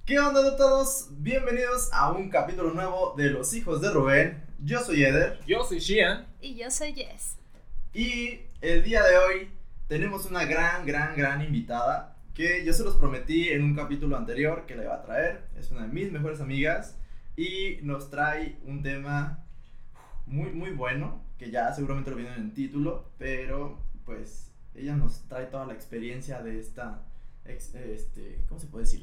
¿Qué onda de todos? Bienvenidos a un capítulo nuevo de Los Hijos de Rubén. Yo soy Eder. Yo soy Shian. Y yo soy Jess. Y el día de hoy tenemos una gran invitada que yo se los prometí en un capítulo anterior que la iba a traer. Es una de mis mejores amigas y nos trae un tema muy bueno, que ya seguramente lo vieron en el título, pero pues ella nos trae toda la experiencia de esta, ¿cómo se puede decir?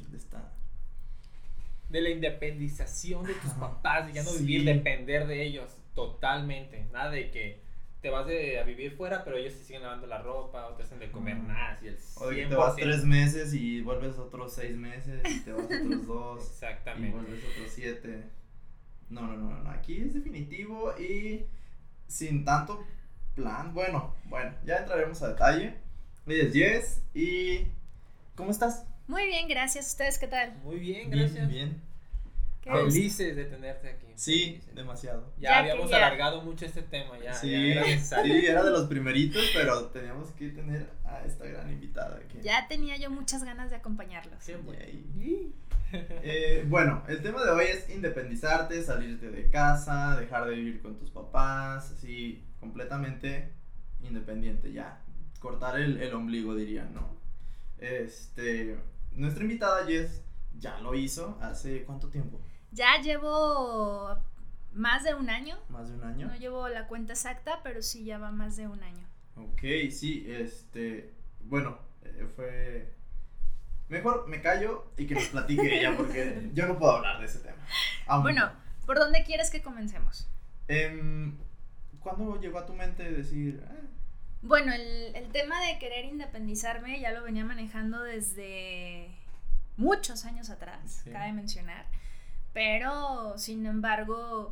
De la independización de tus papás, de ya no Sí. vivir, depender de ellos totalmente. Nada de que te vas a vivir fuera, pero ellos te siguen lavando la ropa o te hacen de comer nada. Así el 100%. O de que te vas 3 meses y vuelves otros 6 meses y te vas otros 2 y Exactamente. vuelves otros 7. No, aquí es definitivo y sin tanto plan. Bueno, ya entraremos a detalle. Ella es Jess y ¿cómo estás? Muy bien, gracias. ¿Ustedes qué tal? Muy bien, gracias. Bien. ¿Qué Felices de tenerte aquí. Sí, Felices. demasiado. Ya habíamos quería. alargado mucho este tema, ya Sí, era necesario. sí, era de los primeritos, pero teníamos que tener a esta gran invitada que... Ya tenía yo muchas ganas de acompañarlos. Qué bueno. Yay. Bueno, el tema de hoy es independizarte, salirte de casa, dejar de vivir con tus papás, así completamente independiente ya, cortar el ombligo dirían, ¿no? Nuestra invitada Jess ya lo hizo hace ¿cuánto tiempo? Ya llevo más de un año. ¿Más de un año? No llevo la cuenta exacta, pero sí ya va más de un año. Ok, sí, bueno, fue... Mejor me callo y que nos platique ella porque yo no puedo hablar de ese tema. Aún. Bueno, ¿por dónde quieres que comencemos? ¿Cuándo llegó a tu mente decir... Bueno, el tema de querer independizarme ya lo venía manejando desde muchos años atrás, Sí. cabe mencionar. Pero, sin embargo,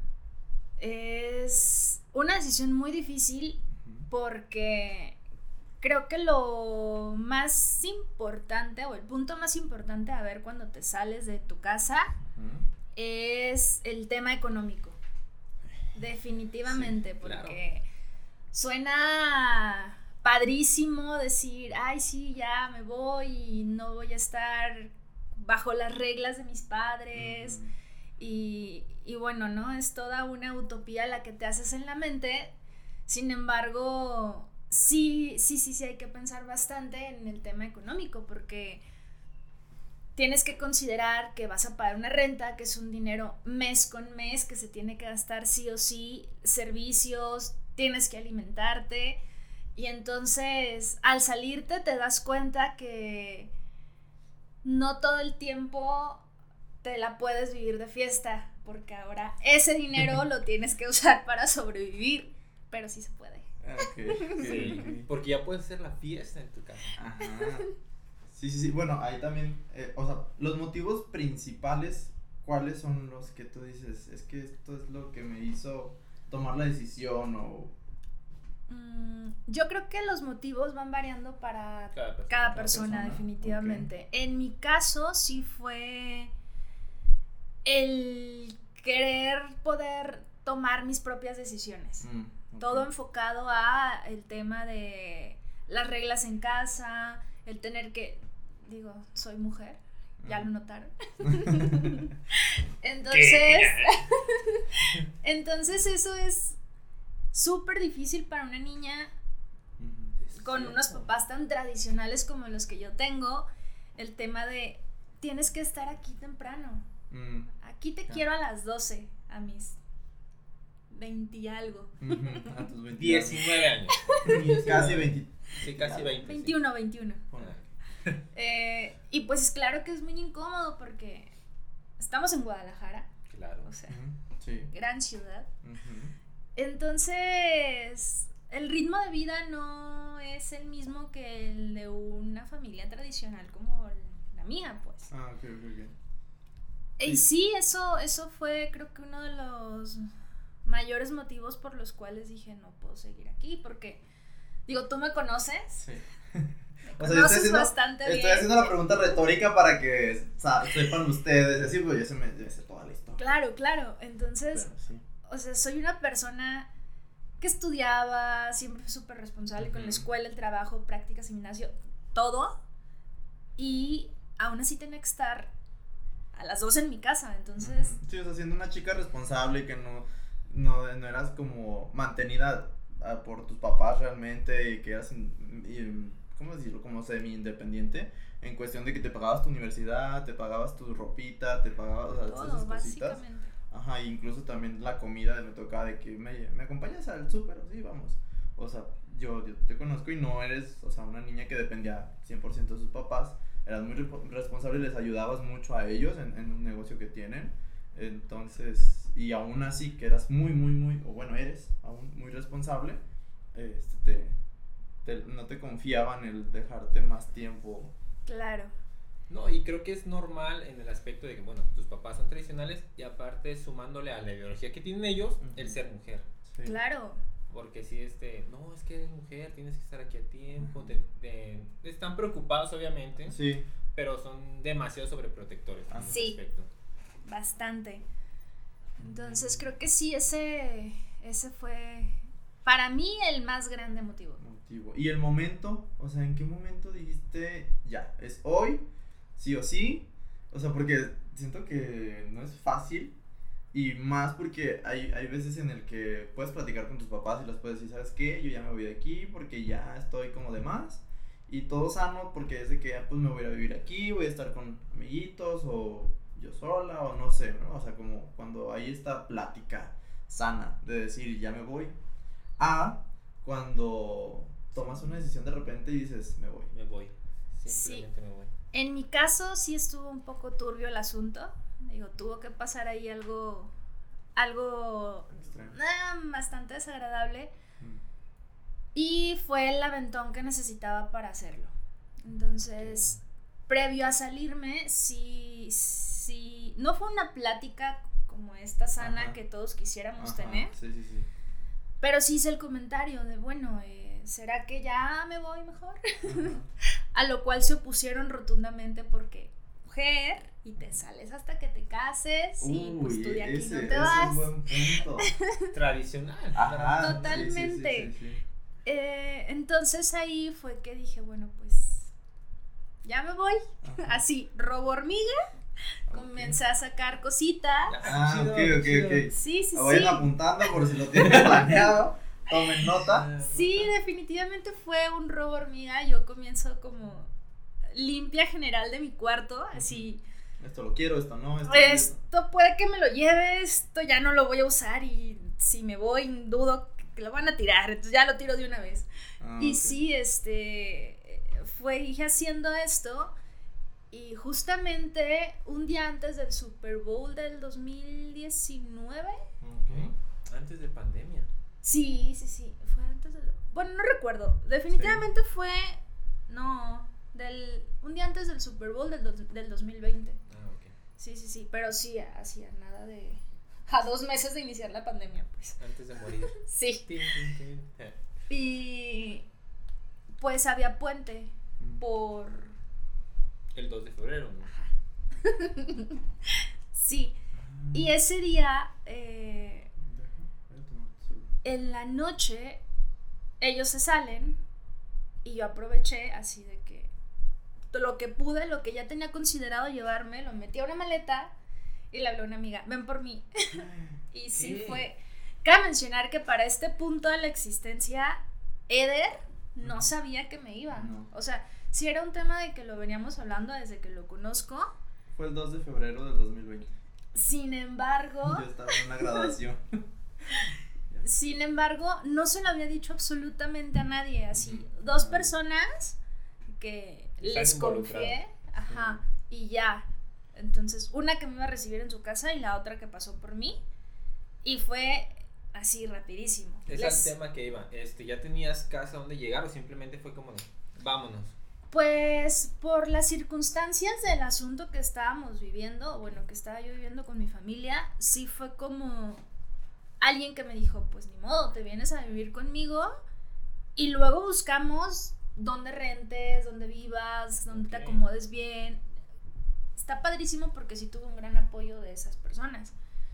es una decisión muy difícil porque creo que lo más importante o el punto más importante a ver cuando te sales de tu casa es el tema económico. Definitivamente, Sí, claro. porque suena padrísimo decir, ay sí, ya me voy y no voy a estar bajo las reglas de mis padres. Y bueno, ¿no? Es toda una utopía la que te haces en la mente. Sin embargo, sí hay que pensar bastante en el tema económico, porque tienes que considerar que vas a pagar una renta, que es un dinero mes con mes, que se tiene que gastar sí o sí, servicios, tienes que alimentarte, y entonces al salirte te das cuenta que no todo el tiempo te la puedes vivir de fiesta, porque ahora ese dinero lo tienes que usar para sobrevivir, pero sí se puede. Ok. Sí, porque ya puedes hacer la fiesta en tu casa. Ajá. Sí. Bueno, ahí también, o sea, los motivos principales, ¿cuáles son los que tú dices? Es que esto es lo que me hizo tomar la decisión o... Yo creo que los motivos van variando para Cada cada persona, definitivamente. Okay. En mi caso sí fue el querer poder tomar mis propias decisiones. Okay. Todo enfocado a el tema de las reglas en casa, el tener que, digo, soy mujer, ya lo notaron. Entonces eso es súper difícil para una niña con unos papás tan tradicionales como los que yo tengo. El tema de tienes que estar aquí temprano. Aquí te quiero a las 12, a mis 20 y algo. A tus 20 19 años. Casi 20. Sí, casi 20. 21. Sí. Y pues claro que es muy incómodo porque estamos en Guadalajara, Claro. o sea, Sí. gran ciudad. Entonces, el ritmo de vida no es el mismo que el de una familia tradicional como la mía, pues. Ok. Y sí, eso fue creo que uno de los mayores motivos por los cuales dije no puedo seguir aquí, porque digo, tú me conoces. Sí. O sea, conoces bastante bien. Estoy haciendo la pregunta retórica para que sepan ustedes, así pues ya me sé toda la historia. Claro, entonces, Pero, sí. o sea, soy una persona que estudiaba, siempre fui súper responsable con la escuela, el trabajo, prácticas, gimnasio, todo, y aún así tenía que estar a las 2 en mi casa, entonces... Sí, o sea, siendo una chica responsable que no eras como mantenida por tus papás realmente y que eras, ¿cómo decirlo? Como semi-independiente, en cuestión de que te pagabas tu universidad, te pagabas tu ropita, te pagabas, o sea, todo, esas cositas. básicamente. Ajá, incluso también la comida me tocaba de que me acompañas al súper, sí, vamos. O sea, yo te conozco y no eres, o sea, una niña que dependía 100% de sus papás. Eras muy responsable y les ayudabas mucho a ellos en un negocio que tienen. Entonces, y aún así que eras muy, o bueno, eres aún muy responsable, no te confiaban el dejarte más tiempo. Claro. No, y creo que es normal en el aspecto de que, bueno, tus papás son tradicionales y aparte sumándole a la ideología que tienen ellos, el ser mujer. Sí. Claro. Porque si no, es que eres mujer, tienes que estar aquí a tiempo, están preocupados obviamente, Sí. pero son demasiado sobreprotectores en ese Sí. aspecto. Bastante. Entonces creo que sí, ese fue para mí el más grande motivo. Y el momento, o sea, ¿en qué momento dijiste, ya, es hoy, sí o sí? O sea, porque siento que no es fácil. Y más porque hay veces en el que puedes platicar con tus papás y les puedes decir, ¿sabes qué? Yo ya me voy de aquí porque ya estoy como de más. Y todo sano porque es de que pues me voy a ir a vivir aquí, voy a estar con amiguitos o yo sola o no sé, ¿no? O sea, como cuando hay esta plática sana de decir, ya me voy. A cuando tomas una decisión de repente y dices, me voy. Me voy, simplemente me voy. En mi caso sí estuvo un poco turbio el asunto. Digo, tuvo que pasar ahí algo bastante desagradable. Y fue el aventón que necesitaba para hacerlo. Entonces, previo a salirme, sí, no fue una plática como esta sana, ajá, que todos quisiéramos ajá, tener. Sí. Pero sí hice el comentario de, bueno, ¿será que ya me voy mejor? A lo cual se opusieron rotundamente porque mujer y te sales hasta que te cases y pues tú de aquí no te vas. Ese es buen punto. Tradicional. Ajá, totalmente. Sí. Entonces ahí fue que dije, bueno, pues ya me voy. Ajá. Así, robo hormiga. Comencé a sacar cositas. Ok. Sí. Vayan apuntando por si lo tienen planeado. Tomen nota. Sí, definitivamente fue un robo hormiga. Yo comienzo como limpia general de mi cuarto, así. Esto lo quiero, esto no. Esto puede que me lo lleve, esto ya no lo voy a usar y si me voy dudo que lo van a tirar, entonces ya lo tiro de una vez. Y sí, fue haciendo esto y justamente un día antes del Super Bowl del 2019. Antes de pandemia. Sí, fue antes del... Bueno, no recuerdo, definitivamente fue... No, un día antes del Super Bowl del 2020. Sí, pero sí, hacía nada de... A 2 meses de iniciar la pandemia, pues. Antes de morir. Sí. Y pues había puente por... El 2 de febrero, ¿no? Ajá. Sí. Y ese día, en la noche, ellos se salen y yo aproveché así de que lo que pude, lo que ya tenía considerado llevarme, lo metí a una maleta y le hablé a una amiga, ven por mí. Y sí fue. Cabe mencionar que para este punto de la existencia, Eder no sabía que me iba. No. O sea, sí era un tema de que lo veníamos hablando desde que lo conozco. Fue el 2 de febrero del 2020. Sin embargo, yo estaba en una graduación. Sin embargo, no se lo había dicho absolutamente a nadie. Así, 2 personas que les confié. Ajá, y ya. Entonces, una que me iba a recibir en su casa y la otra que pasó por mí. Y fue así rapidísimo. Es el tema que iba. ¿Ya tenías casa donde llegar o simplemente fue como de, vámonos? Pues por las circunstancias del asunto que estábamos viviendo, bueno, que estaba yo viviendo con mi familia, sí fue como alguien que me dijo, pues ni modo, te vienes a vivir conmigo y luego buscamos dónde rentes, dónde vivas, dónde te acomodes bien. Está padrísimo porque sí tuve un gran apoyo de esas personas.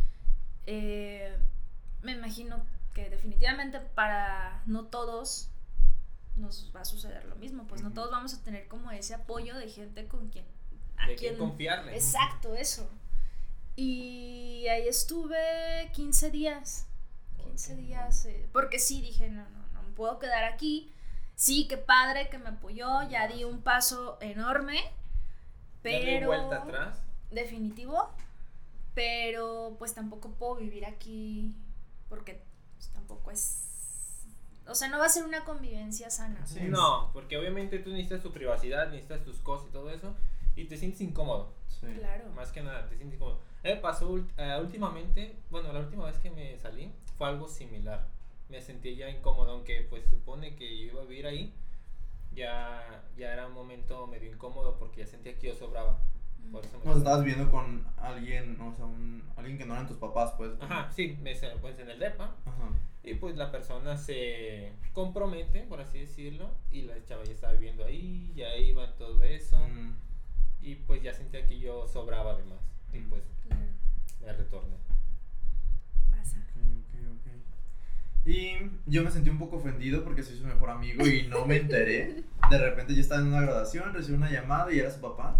Me imagino que definitivamente para no todos nos va a suceder lo mismo, pues no todos vamos a tener como ese apoyo de gente con quien a ¿De quién confiarle? Exacto, eso. Y ahí estuve 15 días. 15 días. Porque sí, dije, no me puedo quedar aquí. Sí, qué padre que me apoyó. Ya di un paso enorme. Pero. ¿Ya de vuelta atrás? Definitivo. Pero pues tampoco puedo vivir aquí. Porque pues, tampoco es. O sea, no va a ser una convivencia sana. Sí. No, porque obviamente tú necesitas tu privacidad, necesitas tus cosas y todo eso. Y te sientes incómodo. Sí. Claro. Más que nada, te sientes incómodo. Pasó últimamente, bueno, la última vez que me salí fue algo similar. Me sentí ya incómodo, aunque pues supone que yo iba a vivir ahí. Ya era un momento medio incómodo porque ya sentía que yo sobraba. Por eso O sea, estabas viviendo con alguien, o sea, alguien que no eran tus papás, pues. Ajá, sí, pues en el depa. Ajá. Y pues la persona se compromete, por así decirlo, y la chava ya estaba viviendo ahí, ya iba todo eso. Y pues ya sentía que yo sobraba de más. Y pues Claro. me retorné. Pasa. Ok. Y yo me sentí un poco ofendido porque soy su mejor amigo y no me enteré. De repente yo estaba en una graduación, recibí una llamada y era su papá.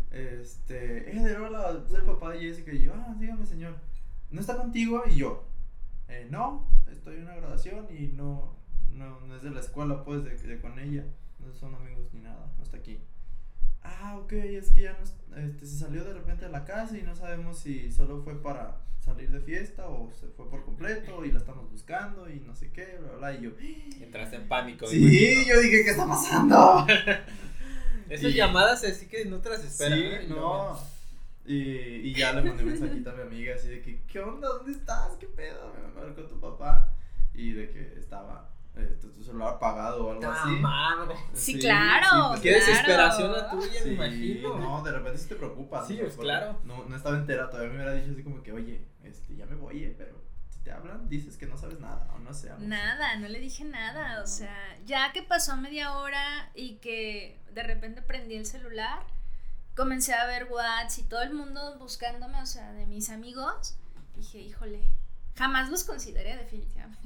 Hola, soy el papá de Jessica. Y yo, dígame, señor, ¿no está contigo? Y yo, no, estoy en una graduación y no es de la escuela, pues, de con ella. No son amigos ni nada, no está aquí. Ok, es que ya no, se salió de repente de la casa y no sabemos si solo fue para salir de fiesta o se fue por completo y la estamos buscando y no sé qué, bla, bla, y yo... Entraste en pánico. Sí, yo dije, ¿qué está pasando? Esas llamadas así que no te las esperas. Sí, no. Y ya le mandé un mensajito a mi amiga así de que, ¿qué onda? ¿Dónde estás? ¿Qué pedo? Me marcó tu papá. Y de que estaba tu celular apagado o algo así. Madre. Sí, claro. pues, Qué claro. desesperación la tuya, sí, me imagino. No, de repente sí te preocupas. Sí, ¿no? pues, Porque claro. No estaba entera, todavía me hubiera dicho así como que, oye, ya me voy, pero si te hablan, dices que no sabes nada, o no sé. Algo Nada, así. no le dije nada, No. o sea, ya que pasó media hora y que de repente prendí el celular, comencé a ver WhatsApp y todo el mundo buscándome, o sea, de mis amigos, dije, híjole, jamás los consideré definitivamente.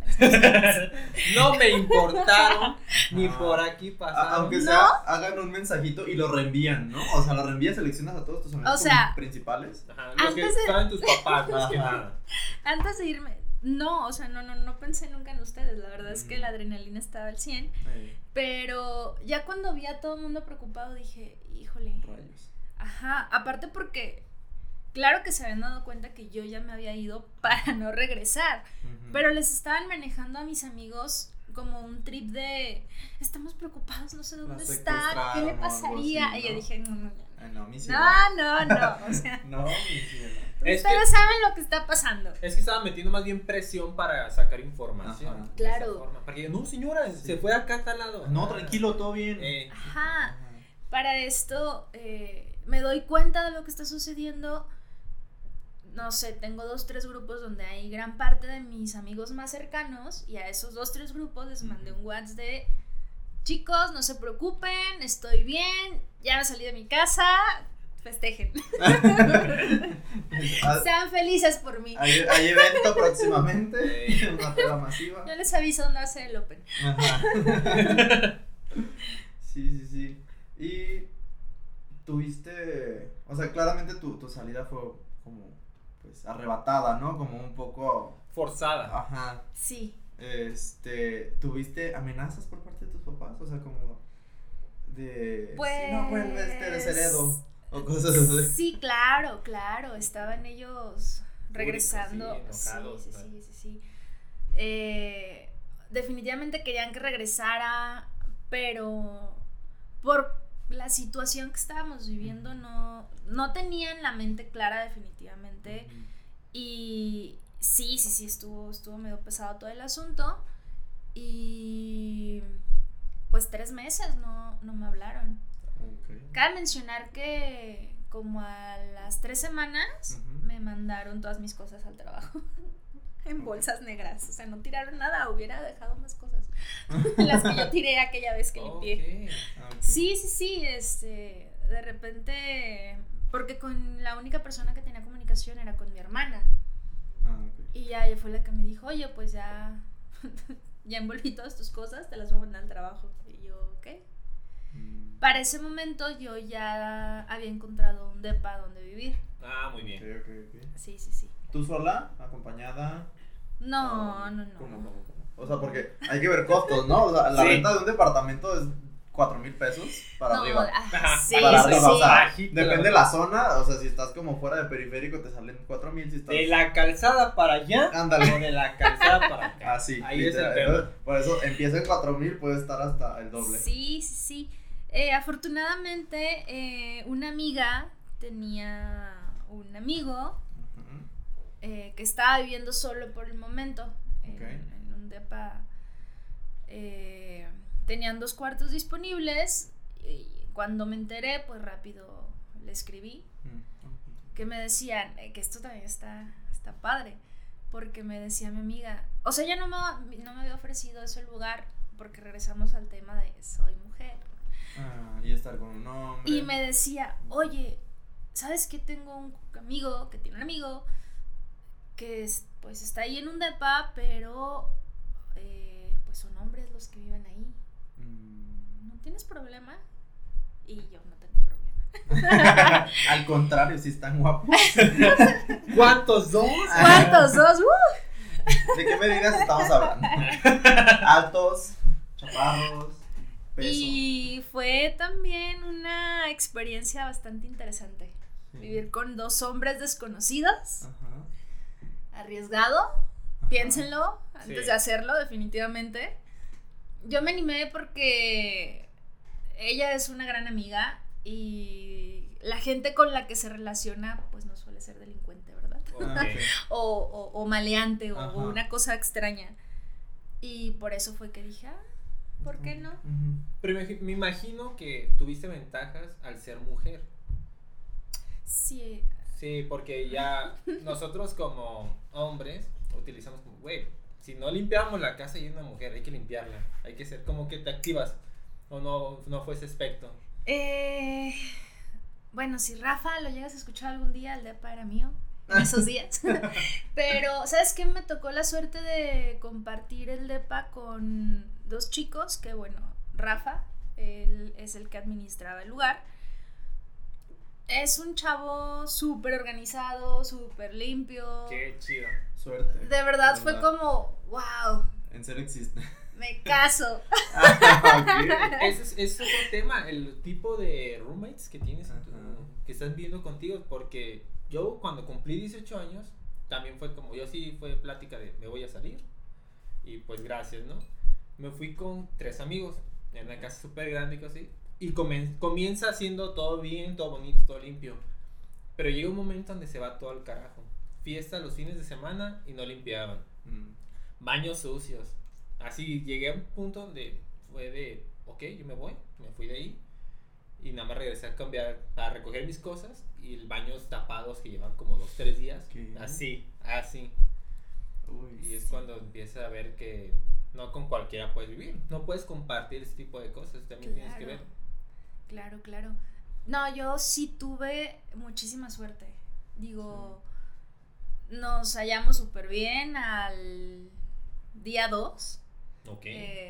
No me importaron, ni Ah. por aquí pasaron. Aunque ¿No? sea, hagan un mensajito y lo reenvían, ¿no? O sea, lo reenvías, seleccionas a todos tus amigos O sea, principales. Ajá, los que antes de- saben tus papás, más que Ajá. nada. Antes de irme, no, o sea, no pensé nunca en ustedes, la verdad es que la adrenalina estaba al 100, pero ya cuando vi a todo el mundo preocupado dije, híjole, Rayos. ajá, aparte porque claro que se habían dado cuenta que yo ya me había ido para no regresar, Ujú. pero les estaban manejando a mis amigos como un trip de estamos preocupados, no sé dónde está, ¿qué secuestraron le o algo pasaría? así, Y yo ¿no? dije, no, No, mi cielo. no, o sea, No, mi cielo. Es ustedes saben lo que está pasando. Es que estaba metiendo más bien presión para sacar información. Ajá. de Claro. esa forma. Porque no, señora, Sí. se fue acá a tal lado. No, tranquilo, todo bien. Ajá. Para esto me doy cuenta de lo que está sucediendo. No sé, tengo 2-3 grupos donde hay gran parte de mis amigos más cercanos y a esos 2-3 grupos les mandé un WhatsApp de chicos, no se preocupen, estoy bien, ya me salí de mi casa, festejen. Sean felices por mí. Hay evento próximamente, una prueba masiva. Yo les aviso dónde va a ser el Open. Ajá. Sí. Y tuviste, o sea, claramente tu salida fue como, pues, arrebatada, ¿no? Como un poco, Forzada. ajá. Sí. ¿Tuviste amenazas por parte de tus papás? O sea, como de, Pues si no vuelves te desheredo o cosas así. Sí, claro, estaban ellos regresando. sí, enojados, Sí. Definitivamente querían que regresara, pero por la situación que estábamos viviendo no tenían la mente clara definitivamente. Y sí, estuvo medio pesado todo el asunto. Y pues 3 meses no me hablaron. Okay. Cabe mencionar que como a las 3 semanas me mandaron todas mis cosas al trabajo en bolsas negras. O sea, no tiraron nada, hubiera dejado más cosas. Las que yo tiré aquella vez que limpié. Ok. Sí, de repente, porque con la única persona que tenía comunicación era con mi hermana. Ok. Y ya ella fue la que me dijo, oye, pues ya envolví todas tus cosas, te las voy a mandar al trabajo. Y yo, ok. Para ese momento yo ya había encontrado un depa donde vivir. Ah, muy bien. Ok. Sí. ¿Tú sola? ¿Acompañada? No. ¿Cómo? O sea, porque hay que ver costos, ¿no? O sea, la Sí. renta de un departamento es 4,000 pesos para arriba. Sí, Para sí, arriba, o sea, Bajito, depende la de la zona, o sea, si estás como fuera de periférico te salen 4,000, si estás... De la calzada para allá Ándale. o de la calzada para acá. Así, Ahí es el literal. tema. Entonces, por eso empieza en 4,000, puede estar hasta el doble. Sí. Afortunadamente, una amiga tenía un amigo Ujú. que estaba viviendo solo por el momento Ok. en un depa. Tenían 2 cuartos disponibles y cuando me enteré, pues rápido le escribí que me decían que esto también está padre, porque me decía mi amiga, o sea, ella no me había ofrecido ese lugar porque regresamos al tema de soy mujer. Y estar con un hombre. Y me decía, oye, ¿sabes qué? Tengo un amigo que tiene un amigo que pues está ahí en un depa, pero pues son hombres los que viven ahí. ¿No tienes problema? Y yo no tengo problema. Al contrario, si están guapos. ¿Cuántos dos? ¿Cuántos dos? ¿De qué medidas estamos hablando? Altos, chaparros, peso. Y fue también una experiencia bastante interesante. Sí. Vivir con 2 hombres desconocidos, Ajá. arriesgado. Ajá. Piénsenlo antes Sí. de hacerlo, definitivamente. Yo me animé porque ella es una gran amiga y la gente con la que se relaciona pues no suele ser delincuente, ¿verdad? Ok. O maleante o Ajá. una cosa extraña. Y por eso fue que dije, ¿por qué no? Ujú. Pero me imagino que tuviste ventajas al ser mujer. Sí. Sí, porque ya nosotros como hombres utilizamos como, güey, si no limpiamos la casa y hay una mujer, hay que limpiarla. Hay que ser como que te activas. ¿O no fue ese aspecto? Bueno, si Rafa lo llegas a escuchar algún día, el depa era mío en esos días. Pero, ¿sabes qué? Me tocó la suerte de compartir el depa con 2 chicos, que bueno, Rafa, él es el que administraba el lugar. Es un chavo súper organizado, súper limpio. Qué chido. Suerte. De verdad fue como, wow, En serio existe. me caso. Ok. Ese es otro tema, el tipo de roommates que tienes, Ajá. que están viviendo contigo, porque yo cuando cumplí 18 años, también fue como, yo sí fue plática de, me voy a salir, y pues gracias, ¿no? Me fui con 3 amigos, en una casa súper grande y cosas así, y comienza haciendo todo bien, todo bonito, todo limpio, pero llega un momento donde se va todo al carajo, fiesta los fines de semana y no limpiaban, baños sucios. Así llegué a un punto donde fue de, ok, yo me fui de ahí y nada más regresé a cambiar, a recoger mis cosas y el baños tapados que llevan como 2-3 días, ¿Qué? así, Uy. y es cuando empieza a ver que no con cualquiera puedes vivir, no puedes compartir ese tipo de cosas, también tienes que ver. Claro. No, yo sí tuve muchísima suerte. Digo, nos hallamos súper bien al día 2. Ok.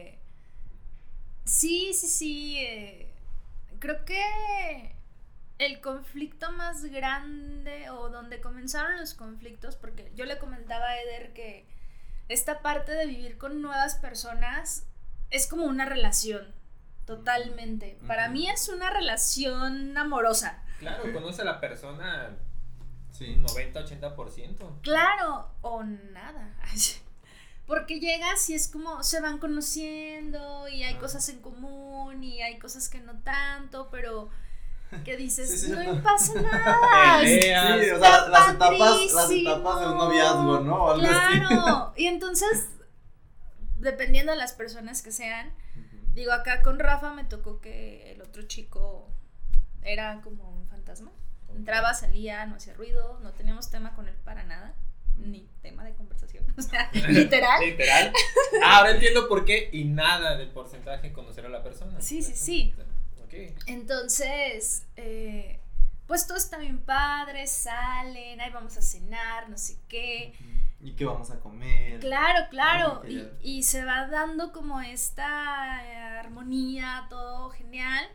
Sí. Creo que el conflicto más grande o donde comenzaron los conflictos, porque yo le comentaba a Eder que esta parte de vivir con nuevas personas es como una relación, totalmente. Para mí es una relación amorosa. Claro, conoce a la persona Sí. 90-80%. Claro, o nada. Porque llegas y es como se van conociendo y hay cosas en común y hay cosas que no tanto, pero que dices, Sí, no no. pasa nada. Peleas. Sí, o sea, Está las etapas padrísimo. de un noviazgo, ¿no? O algo así. Claro, y entonces, dependiendo de las personas que sean, Ujú. digo, acá con Rafa me tocó que el otro chico era como un fantasma. Entraba, salía, no hacía ruido, no teníamos tema con él para nada, ni tema de conversación, o sea, literal. Literal. Ahora entiendo por qué y nada del porcentaje conocer a la persona. Sí. Ok. Entonces, pues todo está bien padre, salen, ahí vamos a cenar, no sé qué. ¿Y qué vamos a comer? Claro, Ah, ok, ya. y se va dando como esta armonía, todo genial,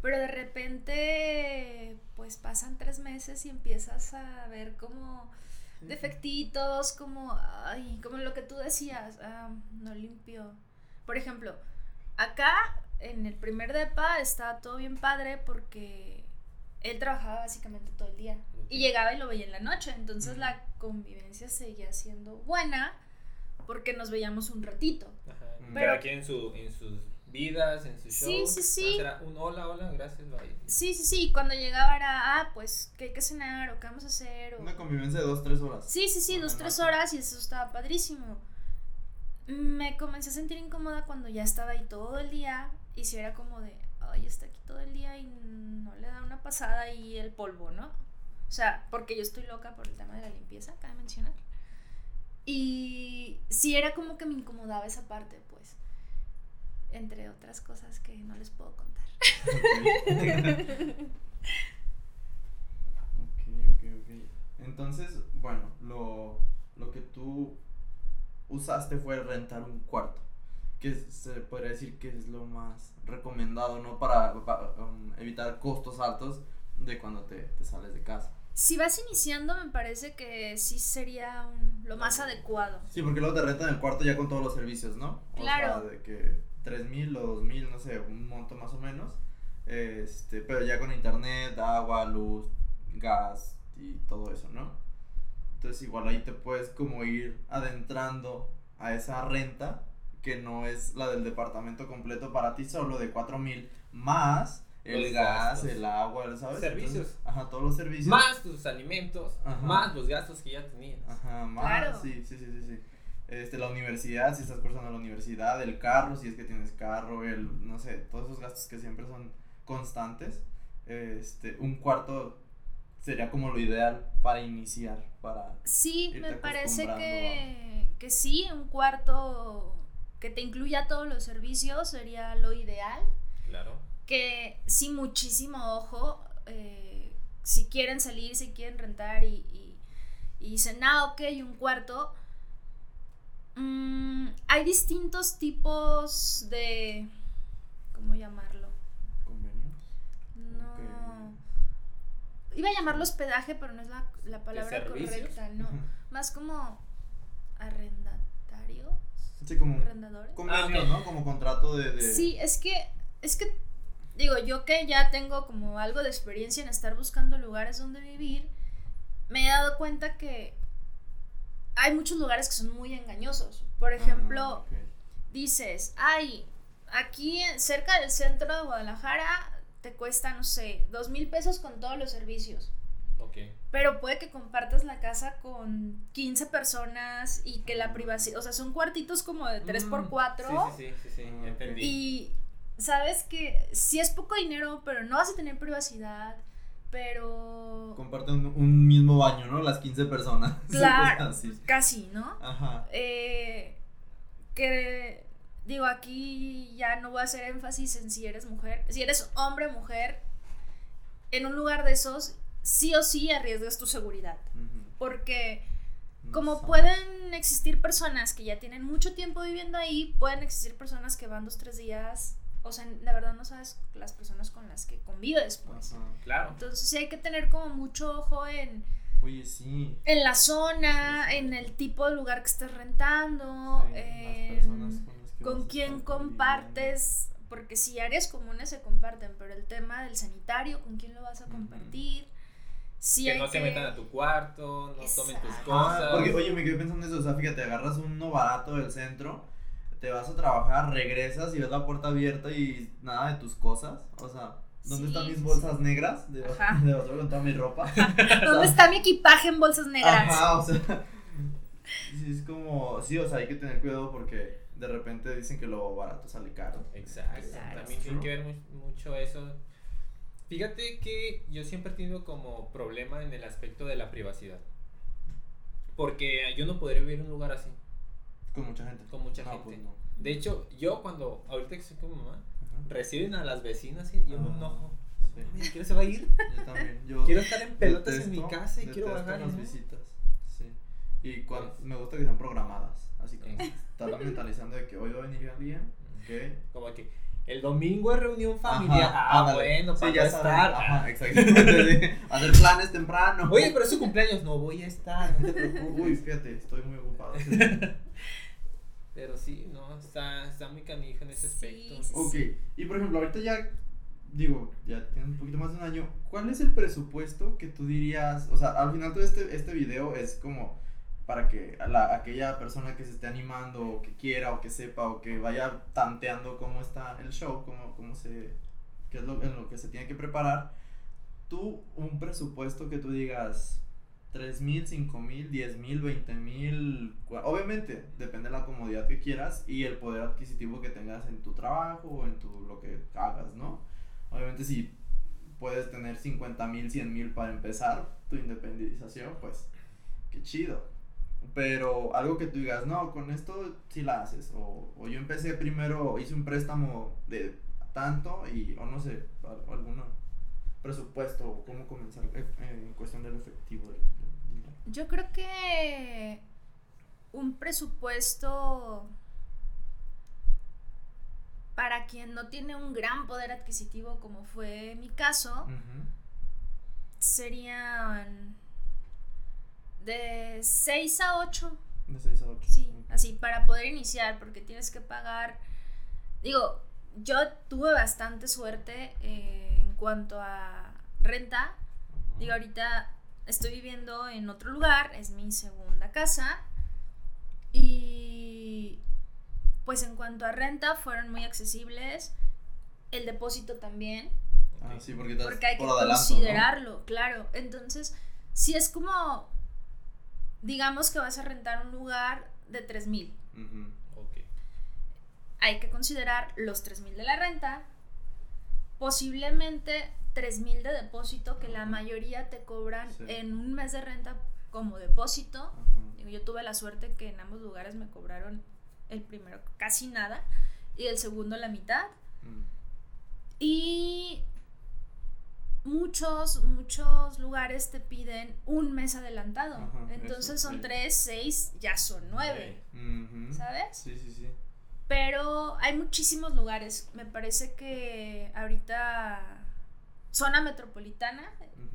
pero de repente pues pasan 3 meses y empiezas a ver como defectitos, como lo que tú decías, no limpio. Por ejemplo, acá en el primer depa estaba todo bien padre porque él trabajaba básicamente todo el día y llegaba y lo veía en la noche, entonces la convivencia seguía siendo buena porque nos veíamos un ratito. Ajá. Pero Cada quien en sus vidas, en sus shows. Sí. Era un hola, gracias, bye. Sí, cuando llegaba era, pues, ¿qué hay que cenar? ¿O qué vamos a hacer? Una convivencia de 2-3 horas. Sí, 2-3 horas y eso estaba padrísimo. Me comencé a sentir incómoda cuando ya estaba ahí todo el día y si era como de, está aquí todo el día y no le da una pasada y el polvo, ¿no? O sea, porque yo estoy loca por el tema de la limpieza, cabe mencionar. Y sí era como que me incomodaba esa parte, pues. Entre otras cosas que no les puedo contar. Ok. Entonces, bueno, lo que tú usaste fue rentar un cuarto, que se podría decir que es lo más recomendado, ¿no? Para evitar costos altos de cuando te sales de casa. Si vas iniciando, me parece que sí sería lo más adecuado. Sí, porque luego te rentan el cuarto ya con todos los servicios, ¿no? Claro. O sea, de que 3,000 o 2,000, no sé, un monto más o menos. Pero ya con internet, agua, luz, gas y todo eso, ¿no? Entonces igual ahí te puedes como ir adentrando a esa renta que no es la del departamento completo para ti, solo de 4,000 más el Los gas, gastos. El agua, ¿sabes? Servicios. Entonces, todos los servicios. Más tus alimentos, Ajá. más los gastos que ya tenías. Ajá, más, Claro. sí. La universidad, si estás cursando la universidad, el carro, si es que tienes carro, no sé, todos esos gastos que siempre son constantes. Un cuarto sería como lo ideal para iniciar, para Sí, irte me parece acostumbrando que sí, un cuarto que te incluya todos los servicios sería lo ideal. Claro. Que sí, muchísimo ojo, si quieren salir, si quieren rentar y dicen, ok, un cuarto. Hay distintos tipos de, ¿cómo llamarlo? convenios. No. Ok. Iba a llamarlo hospedaje, pero no es la palabra servicios? correcta, no. Ujú. Más como arrendatarios, Sí, como un arrendadores. convenio, ok. ¿no? Como contrato de... Sí, es que, digo, yo que ya tengo como algo de experiencia en estar buscando lugares donde vivir, me he dado cuenta que hay muchos lugares que son muy engañosos. Por ejemplo, ok. dices, aquí cerca del centro de Guadalajara te cuesta, no sé, 2,000 pesos con todos los servicios. Ok. Pero puede que compartas la casa con 15 personas y que la privacidad, o sea, son cuartitos como de 3x4. Sí, Ah, entendí. Y sabes que sí es poco dinero, pero no vas a tener privacidad, pero... Comparten un mismo baño, ¿no? Las 15 personas. Claro, Así. casi, ¿no? Ajá. Que digo, aquí ya no voy a hacer énfasis en si eres mujer, si eres hombre o mujer, en un lugar de esos, sí o sí arriesgas tu seguridad, Ujú. porque No como sabes. pueden existir personas que ya tienen mucho tiempo viviendo ahí, pueden existir personas que van 2-3 días, o sea, la verdad no sabes las personas con las que convives, pues. Ajá. Claro. Entonces sí hay que tener como mucho ojo en Oye, sí. la zona, Sí. en el tipo de lugar que estés rentando, Sí, las personas con las que vas con a quién estar compartes, porque si áreas comunes se comparten, pero el tema del sanitario, con quién lo vas a Ujú. compartir. Sí Que hay no se metan a tu cuarto, no tomen tus Exacto. cosas. Porque, oye, me quedé pensando eso, o sea, fíjate, agarras uno barato del centro, te vas a trabajar, regresas y ves la puerta abierta y nada de tus cosas, o sea, ¿dónde Sí, están mis sí, bolsas negras? Ajá. Debajo con toda mi ropa. ¿Dónde está mi equipaje en bolsas negras? Ajá, o sea, sí, es como, sí, o sea, hay que tener cuidado porque de repente dicen que lo barato sale caro. Exacto. Claro. También tiene que ver mucho eso. Fíjate que yo siempre he tenido como problema en el aspecto de la privacidad. Porque yo no podría vivir en un lugar así, Con mucha gente. con mucha No, gente. pues no. De hecho, yo ahorita que estoy con mi mamá, Ajá. reciben a las vecinas y yo me Ah, enojo. sí. Mira, ¿quién se va a ir? Yo también. Yo Quiero estar en pelotas en mi detesto- casa y quiero detesto bajar. las ¿no? visitas. Sí. Y Pues- me gusta que sean programadas. Así como Sí. estar mentalizando de que hoy va a venir alguien. Que Como que, El domingo es reunión familiar. Ándale. Bueno, sí, para ya no saben. estar. Ajá, exactamente. Sí. Hacer planes temprano. Oye, pero es su cumpleaños, no voy a estar, no te preocupes. Uy, fíjate, estoy muy ocupado. Sí. Pero sí, no, está muy canijo en ese Sí, aspecto. sí. Ok, y por ejemplo, ahorita ya, digo, ya tiene un poquito más de un año, ¿cuál es el presupuesto que tú dirías? O sea, al final todo este video es como para que aquella persona que se esté animando, o que quiera, o que sepa, o que vaya tanteando cómo está el show, qué es en lo que se tiene que preparar, tú, un presupuesto que tú digas, 3,000, 5,000, 10,000, 20,000, obviamente depende de la comodidad que quieras y el poder adquisitivo que tengas en tu trabajo o en lo que hagas, ¿no? Obviamente si puedes tener 50,000, 100,000 para empezar tu independización, pues qué chido. Pero algo que tú digas, no, con esto sí la haces, o yo empecé primero, hice un préstamo de tanto o no sé, algún presupuesto o cómo comenzar en cuestión del efectivo del dinero. Yo creo que un presupuesto para quien no tiene un gran poder adquisitivo, como fue mi caso, serían de 6 a 8. De 6 a 8. Sí, así para poder iniciar, porque tienes que pagar. Digo, yo tuve bastante suerte en cuanto a renta. Digo, ahorita estoy viviendo en otro lugar, es mi segunda casa. Y pues en cuanto a renta fueron muy accesibles. El depósito también. Ah, sí, porque hay que adelanto, considerarlo, ¿no? claro. Entonces, si es como, digamos que vas a rentar un lugar de 3,000. Okay. Hay que considerar los 3,000 de la renta, posiblemente 3,000 de depósito, que la mayoría te cobran en un mes de renta como depósito. Yo tuve la suerte que en ambos lugares me cobraron el primero casi nada y el segundo la mitad. Y muchos lugares te piden un mes adelantado. Entonces son 3, 6, ya son 9. ¿Sabes? Sí. Pero hay muchísimos lugares. Me parece que ahorita zona metropolitana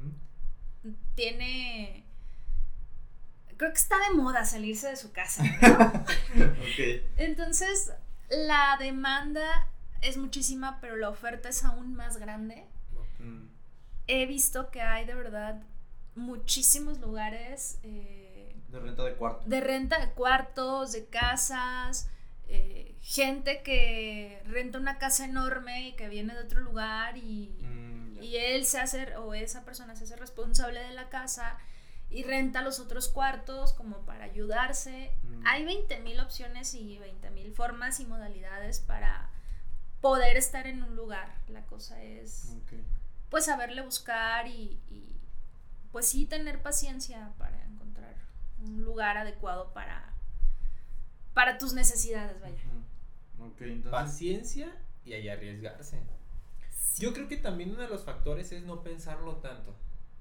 tiene... Creo que está de moda salirse de su casa, ¿no? Okay. Entonces, la demanda es muchísima, pero la oferta es aún más grande. He visto que hay de verdad muchísimos lugares de renta de cuartos. De renta de cuartos, de casas, gente que renta una casa enorme y que viene de otro lugar y él se hace, o esa persona se hace responsable de la casa y renta los otros cuartos como para ayudarse. Hay 20,000 opciones y 20,000 formas y modalidades para poder estar en un lugar. La cosa es pues saberle buscar y pues sí tener paciencia para encontrar un lugar adecuado para tus necesidades, vaya. Entonces... Paciencia y ahí arriesgarse. Sí. Yo creo que también uno de los factores es no pensarlo tanto.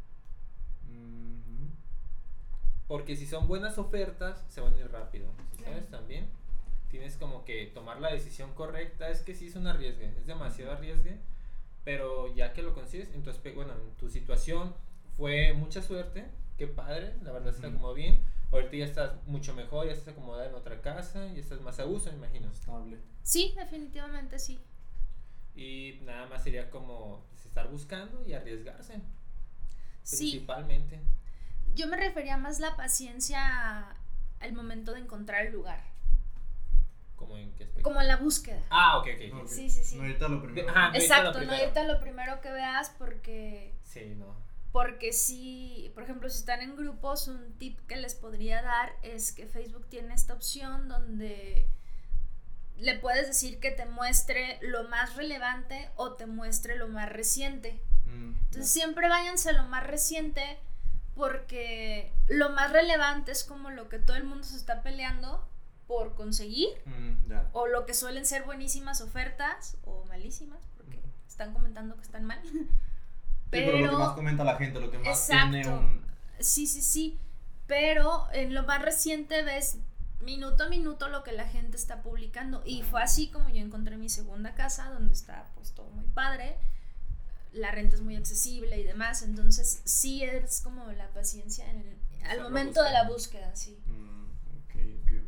Porque si son buenas ofertas, se van a ir rápido. ¿Sabes? También tienes como que tomar la decisión correcta. Es que sí es un arriesgue, es demasiado arriesgue. Pero ya que lo consigues, entonces, bueno, en tu situación fue mucha suerte. Qué padre, la verdad está como bien. Ahorita ya estás mucho mejor, ya estás acomodada en otra casa, ya estás más a gusto, me imagino. Estable. Sí, definitivamente sí. Y nada más sería como pues, estar buscando y arriesgarse. Sí. Principalmente. Yo me refería más la paciencia al momento de encontrar el lugar. ¿Cómo en qué aspecto? Como en la búsqueda. Ah, ok. Sí. No irte lo primero. Exacto, no irte a lo primero que veas porque... Sí, no. Porque sí, por ejemplo, si están en grupos, un tip que les podría dar es que Facebook tiene esta opción donde le puedes decir que te muestre lo más relevante o te muestre lo más reciente. Entonces siempre váyanse a lo más reciente porque lo más relevante es como lo que todo el mundo se está peleando por conseguir o lo que suelen ser buenísimas ofertas o malísimas porque están comentando que están mal. Pero lo que más comenta la gente, lo que más exacto, tiene un... Sí, pero en lo más reciente ves minuto a minuto lo que la gente está publicando. Y fue así como yo encontré mi segunda casa, donde está pues todo muy padre. La renta es muy accesible y demás. Entonces sí es como la paciencia al momento de la búsqueda, sí. Ok.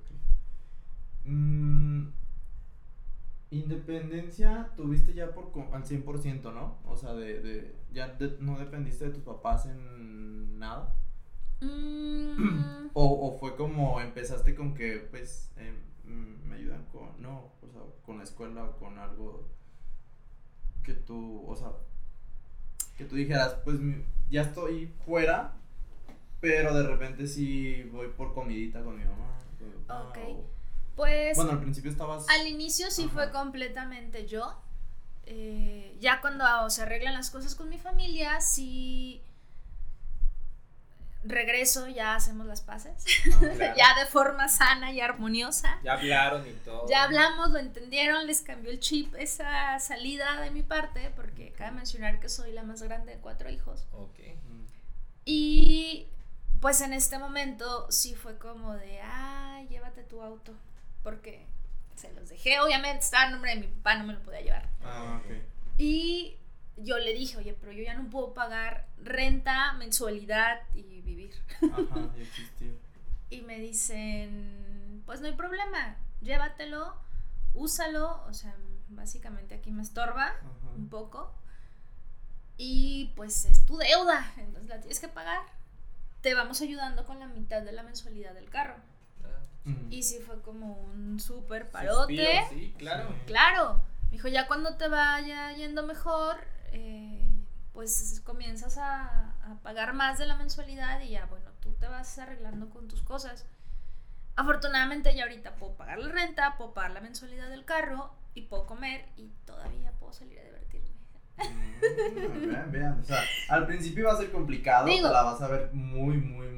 Independencia tuviste ya al 100%, ¿no? O sea, no dependiste de tus papás en nada. O fue como empezaste con que pues me ayudan con la escuela o con algo que tú, o sea, que tú dijeras, pues ya estoy fuera, pero de repente sí voy por comidita con mi mamá, con mi papá. Ok. Pues bueno, al principio estabas... Al inicio sí fue completamente yo. Ya cuando se arreglan las cosas con mi familia, sí regreso, ya hacemos las paces. Claro. Ya de forma sana y armoniosa. Ya hablaron y todo. Ya hablamos, lo entendieron, les cambió el chip esa salida de mi parte, porque cabe mencionar que soy la más grande de 4 hijos. Ok. Y pues en este momento sí fue como de, llévate tu auto, porque se los dejé, obviamente estaba en nombre de mi papá, no me lo podía llevar. Ok. Y yo le dije, oye, pero yo ya no puedo pagar renta, mensualidad y vivir. Ajá, y existir. Y me dicen, pues no hay problema, llévatelo, úsalo, o sea, básicamente aquí me estorba un poco. Y pues es tu deuda, entonces la tienes que pagar. Te vamos ayudando con la mitad de la mensualidad del carro. Y sí fue como un súper parote. Suspiro, sí, claro. Claro. Me dijo, ya cuando te vaya yendo mejor, pues comienzas a pagar más de la mensualidad y ya, bueno, tú te vas arreglando con tus cosas. Afortunadamente ya ahorita puedo pagar la renta, puedo pagar la mensualidad del carro y puedo comer y todavía puedo salir a divertirme. Vean, o sea, al principio va a ser complicado, Digo, te la vas a ver muy,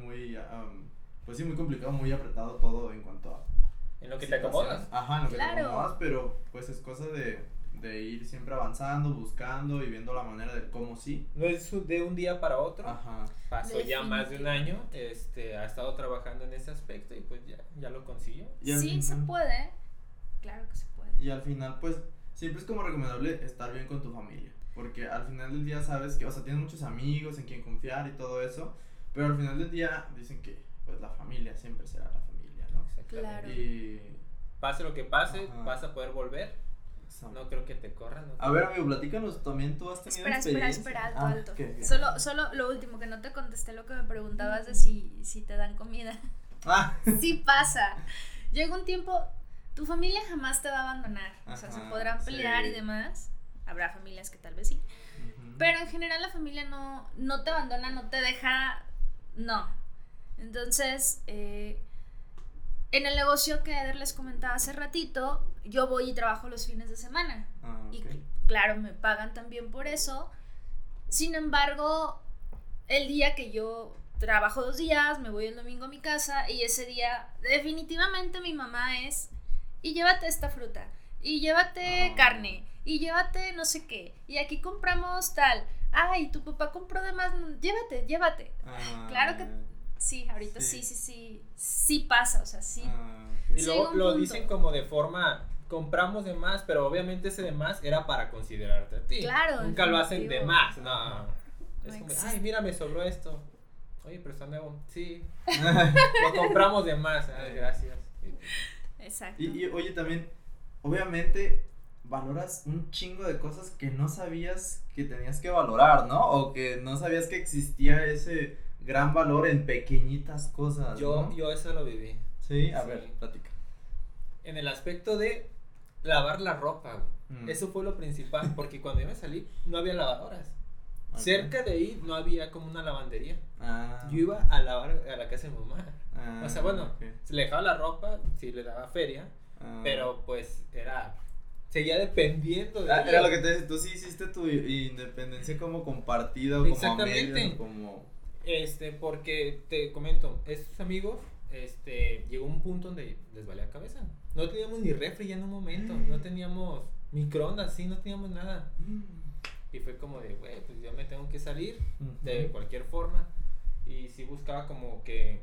pues sí, muy complicado, muy apretado todo en cuanto a... En lo que te acomodas. Ajá, en lo que Claro. te acomodas, pero pues es cosa de ir siempre avanzando, buscando y viendo la manera de cómo sí. No es de un día para otro. Ajá. Pasó ya más de un año, ha estado trabajando en ese aspecto y pues ya lo consiguió. Sí, se puede, claro que se puede. Y al final pues siempre es como recomendable estar bien con tu familia, porque al final del día sabes que, o sea, tienes muchos amigos en quien confiar y todo eso, pero al final del día dicen que pues la familia siempre será la familia, ¿no? Claro. Y pase lo que pase, Ajá. vas a poder volver. No creo que te corran. ¿No? A ver, amigo, platícanos, también tú has tenido Espera, alto. ¿Qué? Solo lo último, que no te contesté lo que me preguntabas de si te dan comida. Sí pasa. Llega un tiempo, tu familia jamás te va a abandonar. O sea, se podrán pelear y demás. Habrá familias que tal vez sí. Pero en general la familia no te abandona, no te deja, no. Entonces, en el negocio que Eder les comentaba hace ratito, yo voy y trabajo los fines de semana. Y claro, me pagan también por eso. Sin embargo, el día que yo trabajo 2 días, me voy el domingo a mi casa y ese día definitivamente mi mamá es, y llévate esta fruta, y llévate carne, y llévate no sé qué, y aquí compramos tal, ay, tu papá compró de más, llévate. Claro que sí, ahorita sí pasa, o sea, sí. Y luego lo dicen como de forma, compramos de más, pero obviamente ese de más era para considerarte a ti. Claro. Nunca lo hacen de más, no. Es como, existe. ay, mira, me sobró esto. Oye, pero está nuevo. Sí. Lo compramos de más. Ay, gracias. Exacto. Y oye, también, obviamente, valoras un chingo de cosas que no sabías que tenías que valorar, ¿no? O que no sabías que existía ese gran valor en pequeñitas cosas, Yo ¿no? eso lo viví. Sí, a ver, platica. En el aspecto de lavar la ropa, güey. Eso fue lo principal, porque cuando yo me salí no había lavadoras. Cerca de ahí no había como una lavandería. Yo iba a lavar a la casa de mi mamá. O sea, bueno, se le dejaba la ropa, sí le daba feria, pero pues seguía dependiendo de era lo que te decía, tú sí hiciste tu independencia como compartida o como a medias, como... porque te comento, estos amigos, llegó un punto donde les valía cabeza. No teníamos ni refri ya en un momento, no teníamos microondas, sí, no teníamos nada. Y fue como de, güey, pues yo me tengo que salir de cualquier forma. Y sí buscaba como que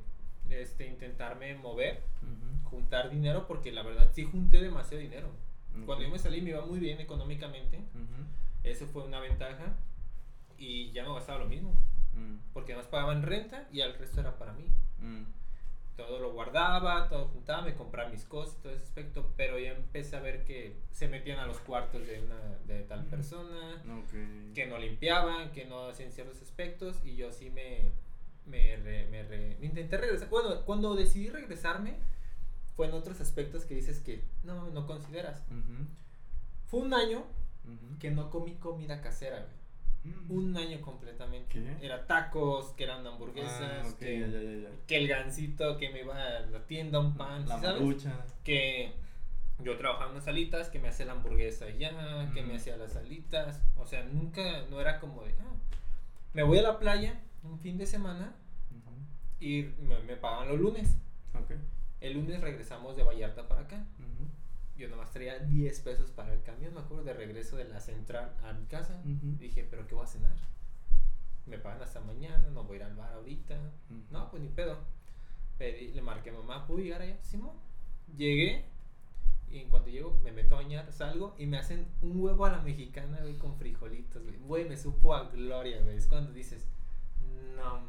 intentarme mover, Ujú. juntar dinero, porque la verdad sí junté demasiado dinero. Ok. Cuando yo me salí me iba muy bien económicamente, Ujú. eso fue una ventaja, y ya no gastaba lo mismo, porque además pagaban renta y el resto era para mí. Mm. Todo lo guardaba, todo juntaba, me compraba mis cosas, todo ese aspecto, pero ya empecé a ver que se metían a los cuartos de tal persona, Ok. que no limpiaban, que no hacían ciertos aspectos, y yo sí me intenté regresar. Bueno, cuando decidí regresarme fue en otros aspectos que dices que no consideras. Ujú. Fue un año Ujú. que no comí comida casera, güey. Mm. Un año completamente. ¿Qué? Era tacos, que eran hamburguesas, Ah, ok, ya. que el gansito, que me iba a la tienda, un pan, La ¿sí sabes? marucha. Que yo trabajaba en unas salitas, que me hacía la hamburguesa y ya, que me Mm. hacía las salitas. O sea, nunca, no era como de, me voy a la playa un fin de semana Ujú. y me pagaban los lunes. Ok. El lunes regresamos de Vallarta para acá. Ujú. Yo nomás traía 10 pesos para el camión, me acuerdo, de regreso de la central a mi casa. Ujú. Dije, ¿pero qué voy a cenar? Me pagan hasta mañana, no voy a ir al bar ahorita. Ujú. No, pues ni pedo. Le marqué a mamá, ¿puedo llegar allá? Simón. Llegué, y en cuanto llego, me meto a bañar, salgo y me hacen un huevo a la mexicana, güey, con frijolitos, güey. Güey, me supo a gloria, güey. Es cuando dices, no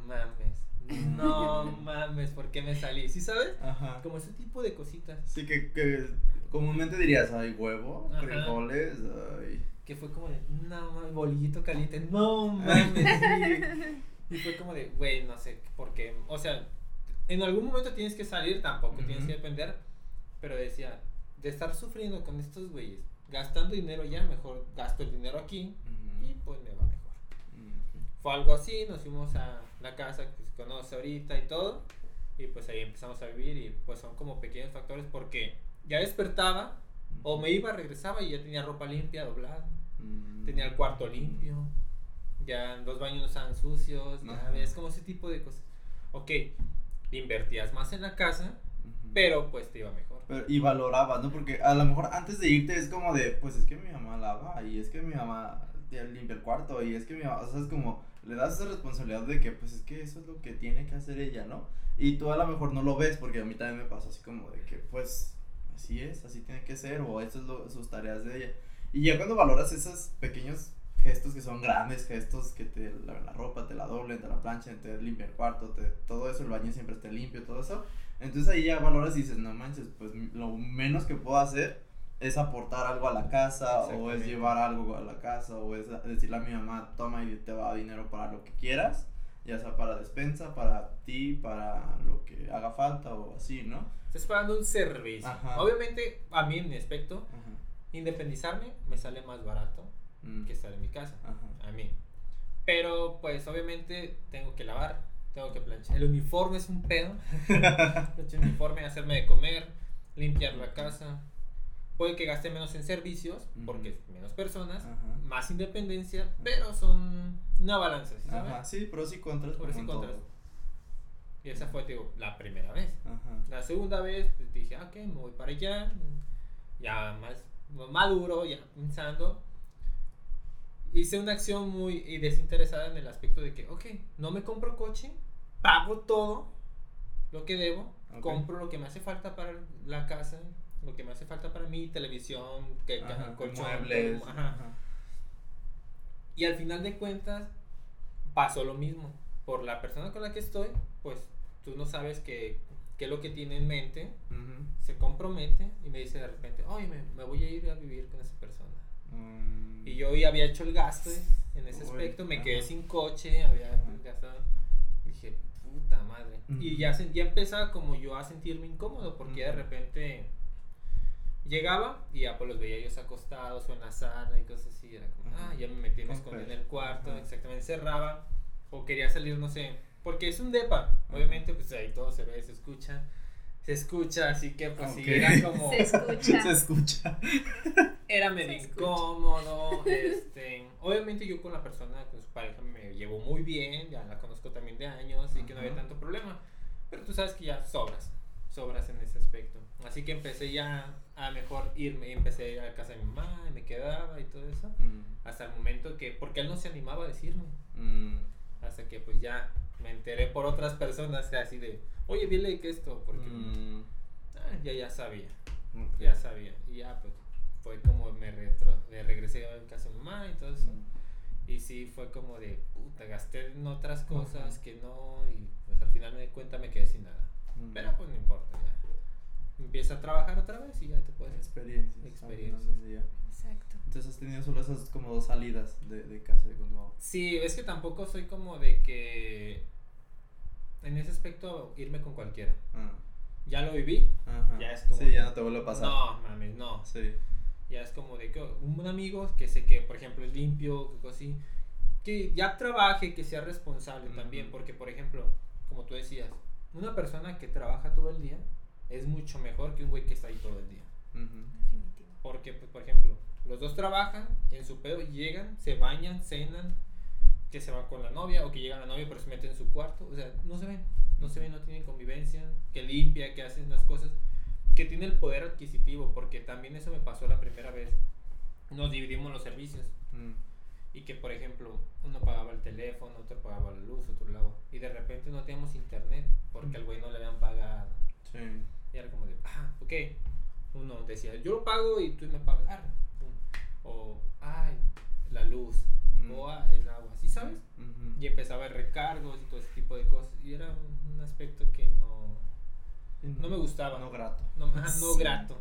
mames, ¿por qué me salí? ¿Sí sabes? Ajá. Como ese tipo de cositas. Sí, que comúnmente dirías, ay, huevo, Ajá. frijoles, ay. Que fue como de, no mames, bolillito caliente, no mames. Sí. Y fue como de, güey, no sé por qué. O sea, en algún momento tienes que salir, tampoco Ujú. tienes que depender. Pero decía, de estar sufriendo con estos güeyes, gastando dinero ya, mejor gasto el dinero aquí y pues me va mejor. Fue algo así, nos fuimos a la casa que se conoce ahorita y todo. Y pues ahí empezamos a vivir y pues son como pequeños factores porque ya despertaba o me iba, regresaba y ya tenía ropa limpia, doblada. Tenía el cuarto limpio. Ya los baños no estaban sucios. Ya Ajá. ves, como ese tipo de cosas. Ok, invertías más en la casa, pero pues te iba mejor. Y valorabas, ¿no? Porque a lo mejor antes de irte es como de, pues es que mi mamá lava, y es que mi mamá limpia el cuarto, y es que mi mamá, o sea, es como, le das esa responsabilidad de que, pues es que eso es lo que tiene que hacer ella, ¿no? Y tú a lo mejor no lo ves, porque a mí también me pasó así como de que, pues, así es, así tiene que ser, o eso es sus tareas de ella. Y ya cuando valoras esos pequeños gestos que son grandes, gestos que te laven la ropa, te la doblen, te la planchen, te limpian el cuarto, todo eso, el baño siempre esté limpio, todo eso. Entonces ahí ya valoras y dices, no manches, pues lo menos que puedo hacer es aportar algo a la casa, o es llevar algo a la casa, o es decirle a mi mamá, toma y te va a dar dinero para lo que quieras, ya sea para despensa, para ti, para lo que haga falta o así, ¿no? Estás pagando un servicio. Ajá. Obviamente, a mí en mi aspecto, Ajá. independizarme me sale más barato que estar en mi casa. Ajá. A mí. Pero pues obviamente tengo que lavar, tengo que planchar. El uniforme es un pedo. El uniforme, hacerme de comer, limpiar la casa. Puede que gaste menos en servicios, porque es menos personas, Ajá. más independencia, pero son una balanza, ¿sí sabes? Ajá, sí, pros y contras. Pros y como en contras. todo. Y esa fue, te digo, la primera vez. Ajá. La segunda vez, pues dije, ok, me voy para allá, ya más maduro, ya pensando. Hice una acción muy desinteresada en el aspecto de que, ok, no me compro coche, pago todo lo que debo, Ok. compro lo que me hace falta para la casa, lo que me hace falta para mi televisión, Ajá, colchón, muebles. todo, ajá. Y al final de cuentas pasó lo mismo. Por la persona con la que estoy, pues tú no sabes qué es lo que tiene en mente, Ujú. se compromete y me dice de repente, oye, me voy a ir a vivir con esa persona. Y yo ya había hecho el gasto en ese Uy, aspecto, me ajá. quedé sin coche, había Ajá. gastado. Dije, puta madre. Ujú. Y ya empezaba como yo a sentirme incómodo, porque de Ujú. repente llegaba y ya pues los veía ellos acostados o en la sala y cosas así. Era como, Ajá. ya me metí, me Con escondí en perro. el cuarto, Ajá. exactamente, cerraba. O quería salir, no sé, porque es un depa. Obviamente, pues ahí todo se ve, se escucha, así que pues sí, Ok. era como. Se escucha. Se escucha. Era medio Se escucha. incómodo, obviamente yo con la persona, con su pareja me llevo muy bien, ya la conozco también de años, así que no había Ajá. tanto problema, pero tú sabes que ya sobras en ese aspecto, así que empecé ya a mejor irme, empecé a ir a la casa de mi mamá, y me quedaba y todo eso, hasta el momento que, porque él no se animaba a decirme, Hasta que pues ya me enteré por otras personas así de, oye, dile que esto, porque ya sabía, Ok. ya sabía. Y ya pues fue como me regresé a casa de mamá y todo eso. Y sí fue como de, puta, gasté en otras cosas que no, y pues al final me di cuenta me quedé sin nada. Pero pues no importa, ya. Empieza a trabajar otra vez y ya te puedes... Experiencias. al final del día. Exacto. Entonces has tenido solo esas como 2 salidas de casa de cuando... Sí, es que tampoco soy como de que en ese aspecto irme con cualquiera. Ya lo viví. Ajá. Ya es como Sí, ya no te vuelve a pasar. No, mames, no. Sí. Ya es como de que un amigo que sé que, por ejemplo, es limpio, que así, que ya trabaje, que sea responsable también, porque, por ejemplo, como tú decías, una persona que trabaja todo el día es mucho mejor que un güey que está ahí todo el día. Definitivo. Porque, pues, por ejemplo, los dos trabajan en su pedo, llegan, se bañan, cenan, que se van con la novia o que llegan la novia pero se meten en su cuarto, o sea, no se ven, no tienen convivencia, que limpia, que hacen las cosas, que tiene el poder adquisitivo, porque también eso me pasó la primera vez. Nos dividimos los servicios y que, por ejemplo, uno pagaba el teléfono, otro pagaba la luz, otro el agua, y de repente no teníamos internet porque al güey no le habían pagado. Sí. Y era como de, ok. Uno decía, yo lo pago y tú me pagas. O, la luz, o el agua, ¿sí sabes? Y empezaba a recargos y todo ese tipo de cosas. Y era un aspecto que no me gustaba. No grato. No Sí. grato.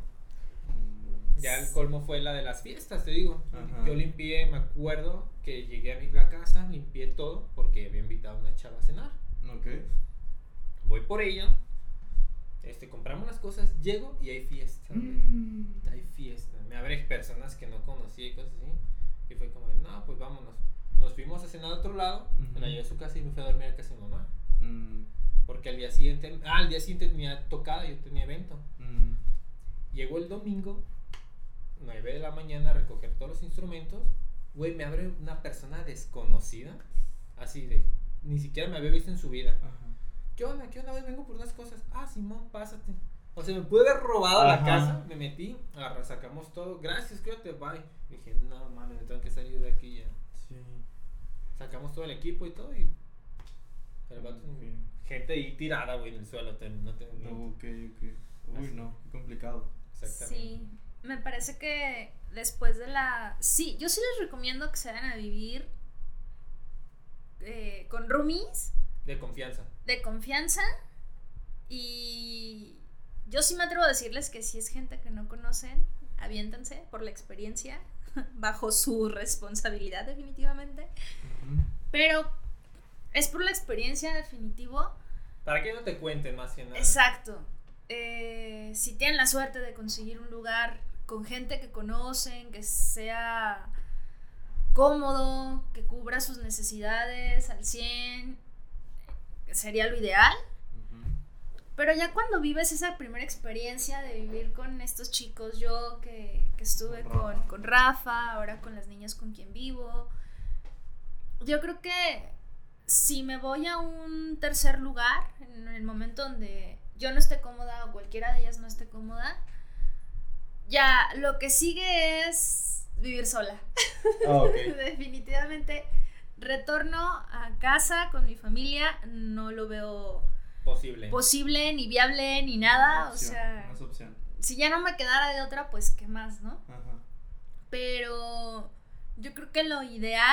Ya el colmo fue la de las fiestas, te digo. Ajá. Yo limpié, me acuerdo que llegué a la casa, limpié todo porque había invitado a una chava a cenar. Ok. Voy por ella, compramos las cosas, llego y hay fiesta. Hay fiesta. Me abre personas que no conocía y cosas así. Y fue como, no, pues vámonos. Nos fuimos a cenar a otro lado, me la llevé a su casa y me fui a dormir a casa de mi mamá. Porque al día siguiente tenía tocada, yo tenía evento. Llegó el domingo, 9 de la mañana, a recoger todos los instrumentos. Güey, me abre una persona desconocida, así de, ni siquiera me había visto en su vida. Ajá. ¿Qué onda? Güey, vengo por unas cosas. Simón, pásate. O sea, me pude haber robado la casa, me metí, sacamos todo. Gracias, cuídate, bye. Dije, no mames, me tengo que salir de aquí ya. Sí. Sacamos todo el equipo y todo y el vato, gente ahí tirada, güey, en el suelo. No tengo Ok. Uy, Así. no, qué complicado. Exactamente. Sí, me parece que después de Sí, yo sí les recomiendo que se vayan a vivir con roomies De confianza. de confianza. Y yo sí me atrevo a decirles que si es gente que no conocen, aviéntense por la experiencia, bajo su responsabilidad definitivamente. Pero es por la experiencia definitivo. Para que no te cuenten más que nada. Exacto. Si tienen la suerte de conseguir un lugar con gente que conocen, que sea cómodo, que cubra sus necesidades al 100, sería lo ideal. Pero ya cuando vives esa primera experiencia de vivir con estos chicos, yo que estuve con Rafa, ahora con las niñas con quien vivo, yo creo que si me voy a un tercer lugar, en el momento donde yo no esté cómoda o cualquiera de ellas no esté cómoda, ya lo que sigue es vivir sola. Okay. Definitivamente retorno a casa con mi familia, no lo veo posible ni viable ni nada. Una opción, o sea, no es opción. Si ya no me quedara de otra, pues qué más, ¿no? Ajá. Pero yo creo que lo ideal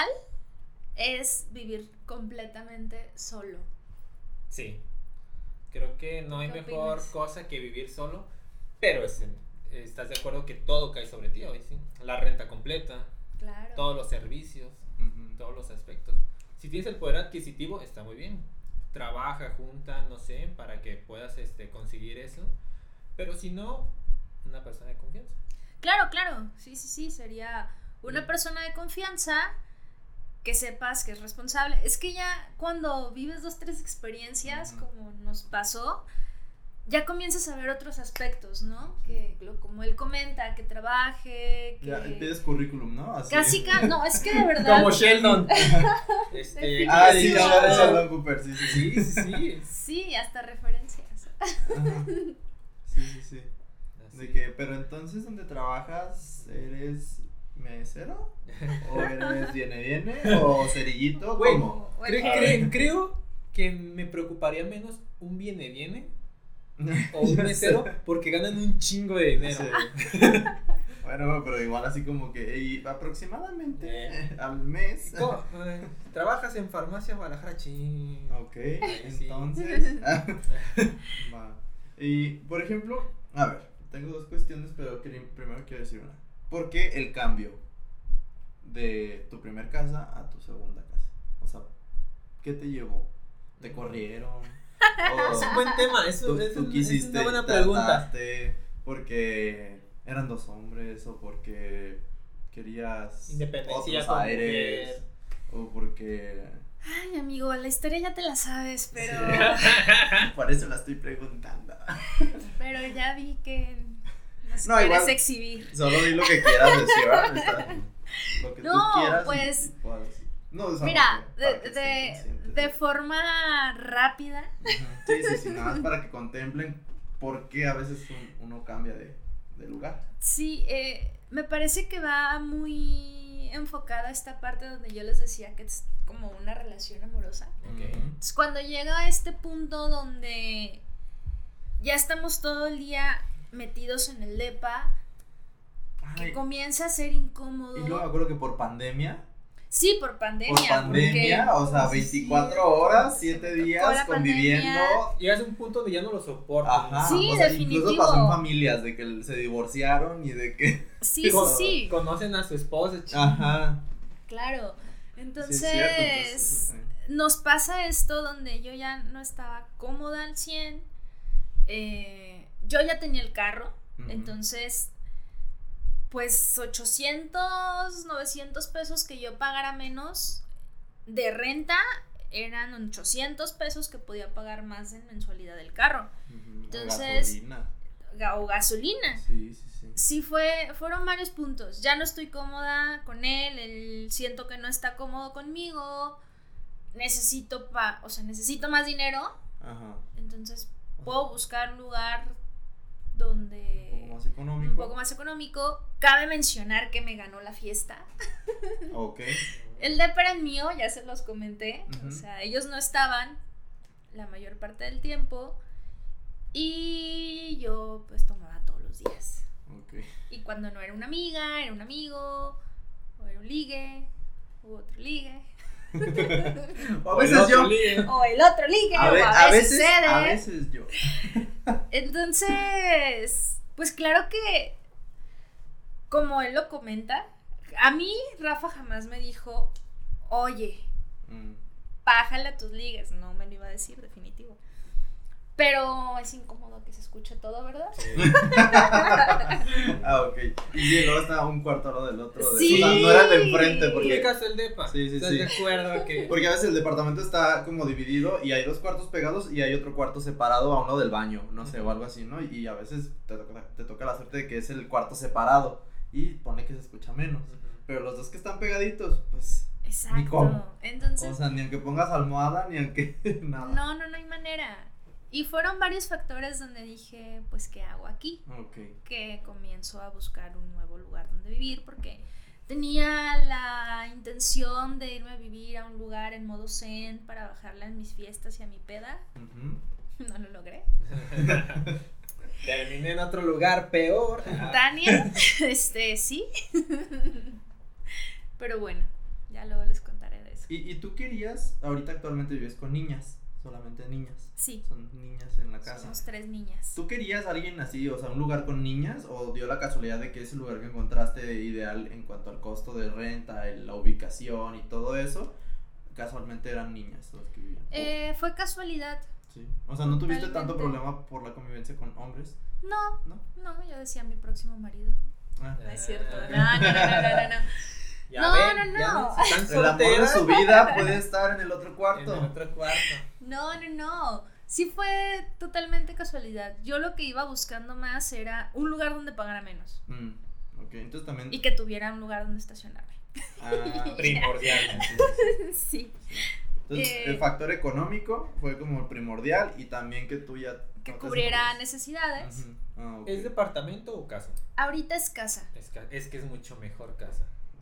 es vivir completamente solo. Sí. Creo que no hay ¿Qué mejor opinas? cosa que vivir solo, pero estás de acuerdo que todo cae sobre ti hoy, ¿sí? La renta completa, Claro. todos los servicios, todos los aspectos. Si tienes el poder adquisitivo, está muy bien. Trabaja, junta, no sé, para que puedas conseguir eso. Pero si no, una persona de confianza. Claro. Sí. Sería una persona de confianza que sepas que es responsable. Es que ya cuando vives 2-3 experiencias, como nos pasó, ya comienzas a ver otros aspectos, ¿no? Que como él comenta, que trabaje, que... Ya, pides currículum, ¿no? Así. No, es que de verdad... Como Sheldon. Sí, Definitivamente. ahora es Sheldon Cooper, sí. Sí, hasta referencias. Ajá. Sí. Así. De que, pero entonces donde trabajas eres mesero? ¿O eres viene? ¿O cerillito? Güey, ¿Cómo? Creo que me preocuparía menos un viene o un mesero porque ganan un chingo de dinero. Sí. Bueno, pero igual así como que y aproximadamente al mes. ¿Cómo? ¿Trabajas en farmacia Guadalajara? Ching. Ok, Sí. entonces. Va. Y por ejemplo, a ver, tengo dos cuestiones, pero primero quiero decir una. ¿Por qué el cambio de tu primer casa a tu segunda casa? O sea, ¿qué te llevó? ¿Te corrieron? Es un buen tema, eso es una buena pregunta. ¿Trataste porque eran dos hombres o porque querías Independencia otros como aires? O porque... Ay, amigo, la historia ya te la sabes, pero Por eso la estoy preguntando. pero ya vi que nos No, quieres igual- exhibir. Solo di lo que quieras decir, ¿verdad? Lo que No, tú quieras. pues, y puedas decir. No, o sea, Mira, para que estén conscientes. de forma rápida, Ujú. Sí, nada más para que contemplen por qué a veces uno cambia de lugar. sí, me parece que va muy enfocada esta parte donde yo les decía que es como una relación amorosa. Ok. Entonces, cuando llega a este punto donde ya estamos todo el día metidos en el depa, que Ay, comienza a ser incómodo. y luego me acuerdo que por pandemia. Sí, por pandemia. Por pandemia, porque- o sea, 24 horas, 7 Con días la conviviendo. pandemia. Llegas a un punto de ya no lo soporto. Ajá. Sí, o sea, definitivo. incluso pasó en familias de que se divorciaron y de que. Sí, sí. Conocen a su esposa, ching. Ajá. Claro. Sí, Entonces, es cierto, entonces, nos pasa esto donde yo ya no estaba cómoda al 100. Yo ya tenía el carro. Ujú. Entonces, pues 800, 900 pesos que yo pagara menos de renta eran 800 pesos que podía pagar más en mensualidad del carro. Ujú. Entonces- Gasolina. O gasolina. Sí. Sí, fueron varios puntos. Ya no estoy cómoda con él siento que no está cómodo conmigo. Necesito más dinero. Ajá. Entonces puedo buscar un lugar donde Un poco más económico. un poco más económico. Cabe mencionar que me ganó la fiesta. Ok. El depa era mío, ya se los comenté. Ujú. O sea, ellos no estaban la mayor parte del tiempo. Y yo pues tomaba todos los días. Ok. Y cuando no era una amiga, era un amigo, o era un ligue, u otro ligue, O a veces yo. o el otro ligue, A, o a veces cede. a veces yo. Entonces, pues claro que, como él lo comenta, a mí Rafa jamás me dijo, oye, Mm. bájale a tus ligues. No me lo iba a decir, definitivo. Pero es incómodo que se escuche todo, ¿verdad? Ah, ok. Y luego está un cuarto al lado del otro. Sí. O sea, no era el de enfrente ¿Por qué porque. caso el depa? Sí, ¿Estás sí. de acuerdo que Porque a veces el departamento está como dividido y hay dos cuartos pegados y hay otro cuarto separado a uno del baño, no sé, o algo así, ¿no? Y a veces te toca la suerte de que es el cuarto separado y pone que se escucha menos. Pero los dos que están pegaditos, pues, Exacto. Ni cómo. Entonces, o sea, ni aunque pongas almohada, ni aunque nada. no hay manera. Y fueron varios factores donde dije, pues, ¿qué hago aquí? Ok. Que comienzo a buscar un nuevo lugar donde vivir porque tenía la intención de irme a vivir a un lugar en modo zen para bajarla en mis fiestas y a mi peda. Ujú. No lo logré. terminé en otro lugar peor. Tania, sí. Pero bueno, ya luego les contaré de eso. ¿Y tú querías, ahorita actualmente vives con niñas, solamente niñas? Sí, Son niñas en la casa. somos 3 niñas. ¿Tú querías a alguien así, o sea, un lugar con niñas, o dio la casualidad de que ese lugar que encontraste ideal en cuanto al costo de renta, la ubicación y todo eso, casualmente eran niñas las que vivían? Fue casualidad. Sí. O sea, ¿no tuviste tanto Totalmente. problema por la convivencia con hombres? No, ¿No? yo decía mi próximo marido. Ah. No es cierto. Ah. No. Ya No, ven, no, ya no. ven, si están El amor de solteras, su vida puede estar en el otro en cuarto. el otro cuarto. No. Sí fue totalmente casualidad. Yo lo que iba buscando más era un lugar donde pagara menos. Ok, entonces también... Y que tuviera un lugar donde estacionarme. Primordial. Sí. Entonces, el factor económico fue como el primordial y también que tú ya... Que no te cubriera sentías- necesidades. Ujú. Ah, ok. ¿Es departamento o casa? Ahorita es casa. Es que es mucho mejor casa.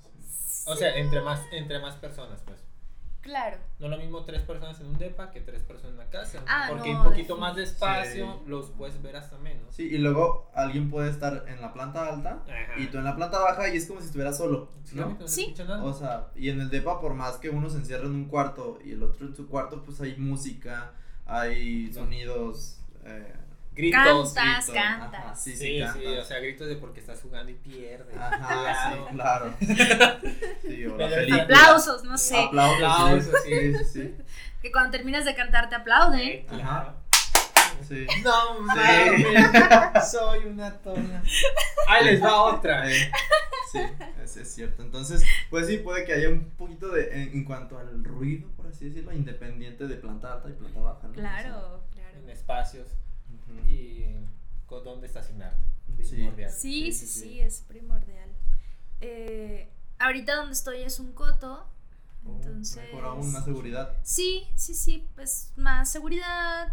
O sea, entre más personas, pues. Claro. No es lo mismo 3 personas en un depa que 3 personas en una casa. Ah, porque no, hay un poquito más de espacio, Sí. los puedes ver hasta menos. Sí, y luego alguien puede estar en la planta alta Ajá. y tú en la planta baja y es como si estuvieras solo, ¿no? No se Sí. escucha nada. O sea, y en el depa, por más que uno se encierre en un cuarto y el otro en su cuarto, pues hay música, hay sonidos, Gritos. Cantas, gritos. cantas. Ajá, sí, Sí, cantas. sí, o sea, gritos de porque estás jugando y pierdes. Ajá, sí, claro. Sí, o la Pero película. Aplausos, no sé. Aplausos, Aplausos, sí, sí, sí. Que cuando terminas de cantar te aplauden. Claro. Sí. No mames, soy una tona. Ahí les va otra. Sí, es cierto. Entonces, pues sí, puede que haya un poquito de, en cuanto al ruido, por así decirlo, independiente de planta alta y planta baja, ¿no? Claro, claro. En espacios Ujú. y con dónde estacionarte. Sí. Primordial. Sí, Sí, sí, sí, sí, sí. es primordial. Ahorita donde estoy es un coto, entonces... Mejor aún, más seguridad. Sí, sí, sí, pues más seguridad.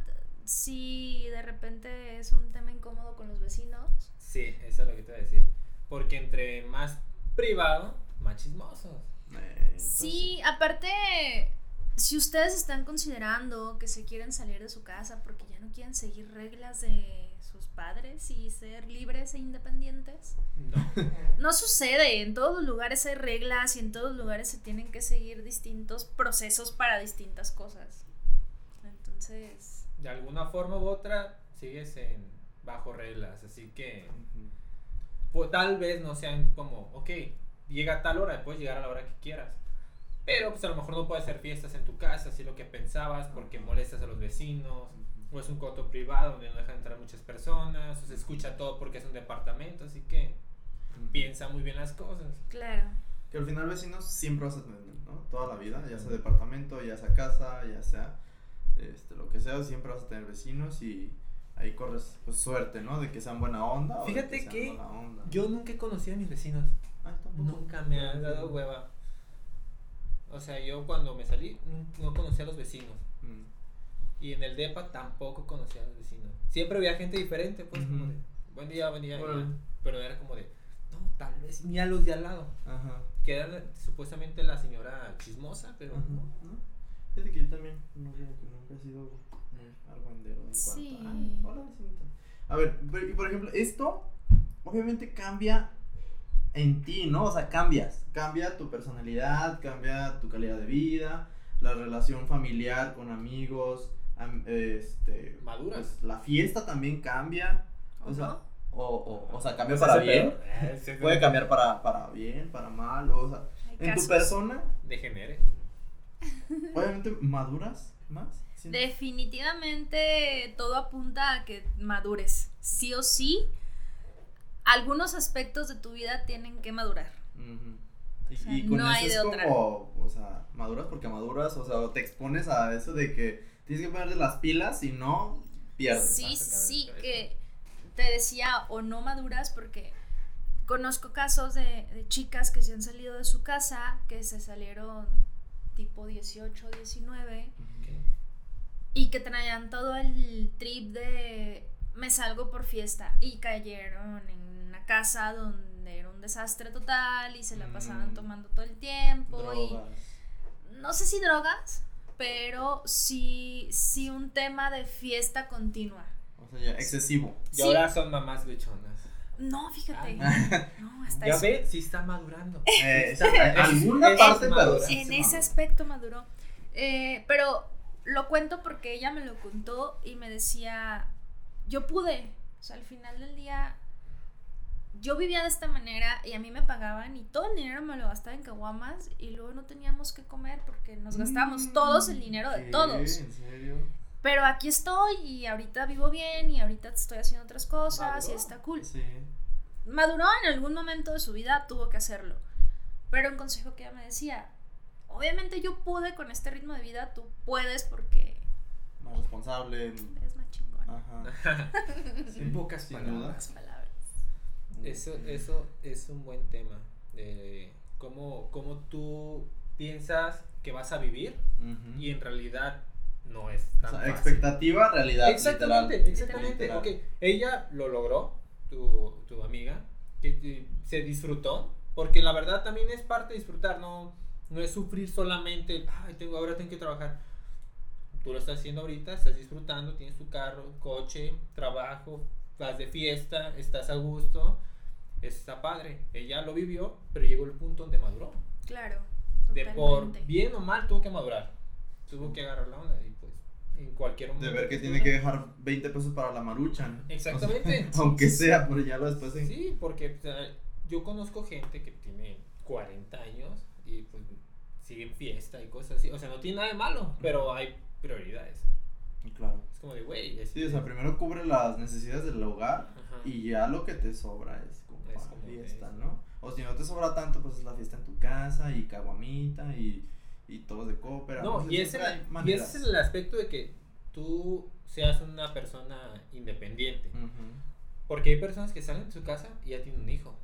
Sí, de repente es un tema incómodo con los vecinos. Sí, eso es lo que te voy a decir. Porque entre más privado, más chismosos. Sí, aparte, si ustedes están considerando que se quieren salir de su casa porque ya no quieren seguir reglas de sus padres y ser libres e independientes, No. no sucede. En todos los lugares hay reglas y en todos los lugares se tienen que seguir distintos procesos para distintas cosas. Entonces, De alguna forma u otra sigues bajo reglas. Así que Ujú. pues, tal vez no sean como, ok, llega a tal hora, puedes llegar a la hora que quieras. Pero pues a lo mejor no puedes hacer fiestas en tu casa, así lo que pensabas, porque molestas a los vecinos. O es un coto privado donde no dejan entrar muchas personas, o se escucha todo porque es un departamento, así que piensa muy bien las cosas. claro. Que al final vecinos siempre vas a tener, ¿no? Toda la vida, ya sea departamento, ya sea casa, ya sea lo que sea, siempre vas a tener vecinos y ahí corres pues suerte, ¿no? De que sean buena onda. Fíjate o de que que sean mala onda. Yo nunca he conocido a mis vecinos. Ay, tampoco. Nunca me han dado hueva. O sea, yo cuando me salí no conocía a los vecinos. Mm. Y en el depa tampoco conocía a los vecinos. Siempre había gente diferente, pues, como de, buen día, buen día. Órale. Pero era como de, no, tal vez ni a los de al lado. Ajá. Que era supuestamente la señora chismosa, pero Ajá. no. ¿No? Fíjate que yo también nunca he sido muy argüendero en Sí. cuanto a... hola, vecinita. A ver, y por ejemplo, esto obviamente cambia en ti, ¿no? O sea, cambia tu personalidad, cambia tu calidad de vida, la relación familiar con amigos, Maduras. pues, la fiesta también cambia, ¿O o sea, no? o sea, cambia Pues para ese bien, pedo, puede cambiar para bien, para mal, o sea, Hay en tu casos. persona, Degenere. obviamente maduras más. ¿Sientes? Definitivamente todo apunta a que madures. Sí o sí, algunos aspectos de tu vida tienen que madurar. Ujú. O sea, Y con no eso hay es de otra. como, o sea, maduras porque maduras, o sea, te expones a eso de que tienes que ponerte las pilas y no pierdes. Sí, sacar sí, el que te decía o no maduras porque conozco casos de chicas que se han salido de su casa, que se salieron tipo 18, 19 y que traían todo el trip de me salgo por fiesta y cayeron en una casa donde era un desastre total y se la pasaban tomando todo el tiempo. Drogas. Y no sé si drogas, pero sí un tema de fiesta continua. O sea, ya, excesivo. Y Sí. ahora son mamás luchonas. No, fíjate. No, hasta Ya eso. ve, sí está madurando. Alguna es parte, pero madura. sí En se ese madura. aspecto maduró. Pero lo cuento porque ella me lo contó y me decía, yo pude, o sea, al final del día, yo vivía de esta manera y a mí me pagaban y todo el dinero me lo gastaba en caguamas y luego no teníamos que comer porque nos gastábamos todos el dinero de ¿Qué? todos. ¿En serio? Pero aquí estoy y ahorita vivo bien y ahorita estoy haciendo otras cosas y Maduró. está cool. Sí. Maduró en algún momento de su vida, tuvo que hacerlo. Pero un consejo que ella me decía, obviamente yo pude con este ritmo de vida, tú puedes porque Más responsable. eres más chingón. Ajá. Sí, En pocas sin palabras. duda. Pocas palabras. Eso es un buen tema. Cómo tú piensas que vas a vivir Ujú. y en realidad no es O tan sea, fácil. Expectativa, realidad. Exactamente. Literal. Ok, ella lo logró, tu amiga, que se disfrutó, porque la verdad también es parte de disfrutar, no es sufrir solamente, ahora tengo que trabajar. Tú lo estás haciendo ahorita, estás disfrutando, tienes tu carro, coche, trabajo, vas de fiesta, estás a gusto, está padre. Ella lo vivió, pero llegó el punto donde maduró. Claro. De por Totalmente. bien o mal tuvo que madurar, tuvo que agarrar la onda y pues en cualquier De momento. ver que tiene que dejar 20 pesos para la maruchan. Exactamente. O sea, aunque sea, pero ya lo después. Sí, porque o sea, yo conozco gente que tiene 40 años y pues sigue en fiesta y cosas así. O sea, no tiene nada de malo, pero hay prioridades. Claro. Es como de, güey. Sí, o sea, primero cubre las necesidades del hogar. Ajá. Y ya lo que te sobra es como Es para como fiesta, es. ¿no? O si no te sobra tanto, pues es la fiesta en tu casa y caguamita y todo de cópera. No, sé, y ese siempre hay es maneras. el aspecto de que tú seas una persona independiente. Ujú. Porque hay personas que salen de su casa y ya tienen un hijo.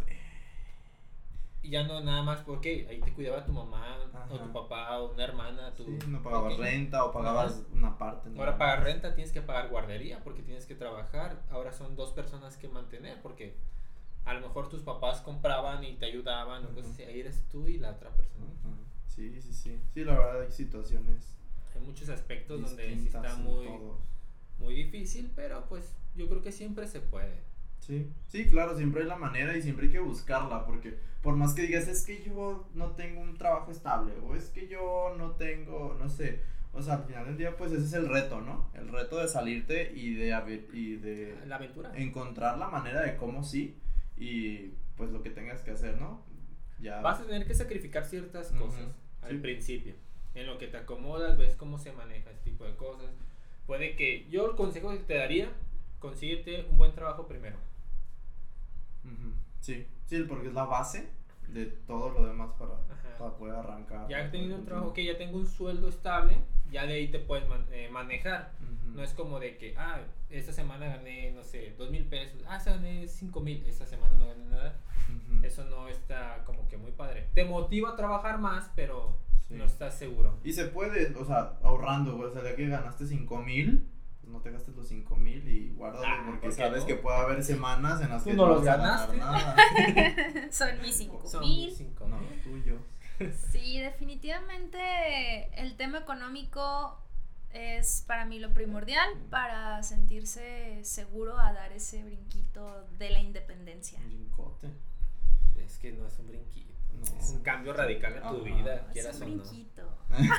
Y ya no nada más porque ahí te cuidaba tu mamá o tu Ajá. papá o una hermana. Sí, no pagabas ok. renta o pagabas una parte. Ahora ¿no? pagar renta, tienes que pagar guardería porque tienes que trabajar. Ahora son dos personas que mantener porque a lo mejor tus papás compraban y te ayudaban. Ujú. Entonces ahí eres tú y la otra persona. Ajá. Sí. Sí, la verdad hay situaciones Hay muchos aspectos donde sí distintas está en muy, todo. muy difícil, pero pues yo creo que siempre se puede. Sí, claro, siempre hay la manera y siempre hay que buscarla, porque por más que digas, es que yo no tengo un trabajo estable, o es que yo no tengo, no sé, o sea, al final del día, pues ese es el reto, ¿no? El reto de salirte y de La aventura. encontrar la manera de cómo sí, y pues lo que tengas que hacer, ¿no? Ya. Vas a tener que sacrificar ciertas Ujú, cosas al sí. principio. En lo que te acomodas, ves cómo se maneja este tipo de cosas. Puede que yo el consejo que te daría, consíguete un buen trabajo primero. Ujú, sí, porque es la base de todo lo demás para Ajá. poder arrancar. Ya para he tenido poder un trabajo continuar. que ya tengo un sueldo estable, ya de ahí te puedes manejar. Ujú. No es como de que, esta semana gané, no sé, 2,000 pesos. Esta gané 5,000. Esta semana no gané nada. Ujú. Eso no está como que muy padre. Te motiva a trabajar más, pero Sí. no estás seguro. Y se puede, o sea, ahorrando, güey, o sea, ya que ganaste 5,000, pues no te gastes los 5,000 y guárdalos porque ¿por qué sabes no? que puede haber semanas en las Tú que no los vas a ganar ganaste. nada. Son mis Son 5,000. 5,000. No, tuyo. Sí, definitivamente el tema económico es para mí lo primordial para sentirse seguro a dar ese brinquito de la independencia. Un brincote. Es que no es un brinquito. No. Es un cambio radical en tu Ajá. vida, Es quieras un o no. brinquito.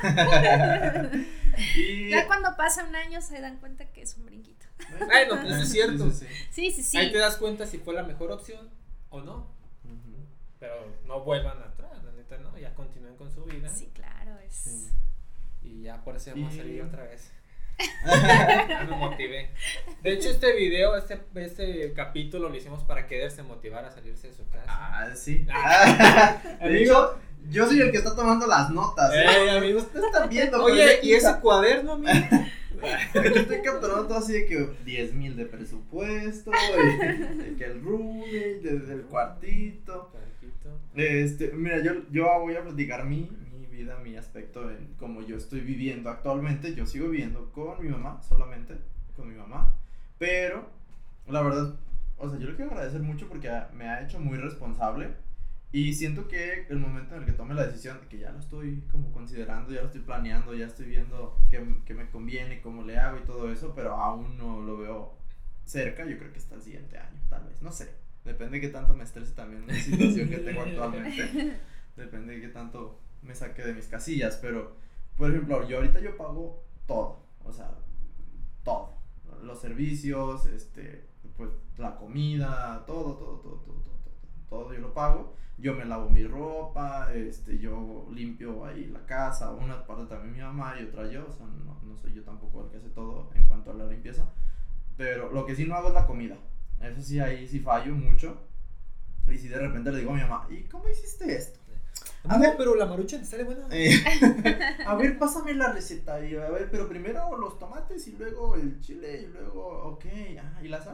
Y Ya cuando pasa un año se dan cuenta que es un brinquito. Bueno, pues es cierto. Sí. Sí. Ahí te das cuenta si fue la mejor opción o no. Ujú. Pero no vuelvan atrás, la neta no. Ya continúen con su vida. Sí, claro, es. Sí. Y ya por eso vamos a Y- salir otra vez. Ya me motivé. De hecho, este video, este capítulo lo hicimos para que Eder se motivara a salirse de su casa. Ah, sí. Ah. De hecho, yo soy el que está tomando las notas. Amigo. Ustedes están viendo. pero Oye, yo ¿y ese cuaderno, amigo? Yo estoy capturando todo así de que 10,000 de presupuesto, y que el roomie, desde el cuartito. Mira, yo voy a platicar mi vida, mi aspecto en cómo yo estoy viviendo actualmente. Yo sigo viviendo con mi mamá, solamente con mi mamá, pero la verdad, o sea, yo le quiero agradecer mucho porque me ha hecho muy responsable y siento que el momento en el que tome la decisión, que ya lo estoy como considerando, ya lo estoy planeando, ya estoy viendo qué me conviene, cómo le hago y todo eso, pero aún no lo veo cerca. Yo creo que hasta el siguiente año, tal vez, no sé. Depende de qué tanto me estrese también la situación que tengo actualmente. Depende de qué tanto me saque de mis casillas. Pero, por ejemplo, yo pago todo. O sea, todo. Los servicios, pues la comida, todo yo lo pago. Yo me lavo mi ropa, yo limpio ahí la casa. Una parte también mi mamá y otra yo. O sea, no soy yo tampoco el que hace todo en cuanto a la limpieza. Pero lo que sí no hago es la comida. Eso sí, ahí sí fallo mucho. Y si de repente le digo a mi mamá, ¿y cómo hiciste esto? A ver, pero la marucha te sale buena. A ver, pásame la receta. Y a ver, pero primero los tomates y luego el chile y luego, ok, ¿y la sal?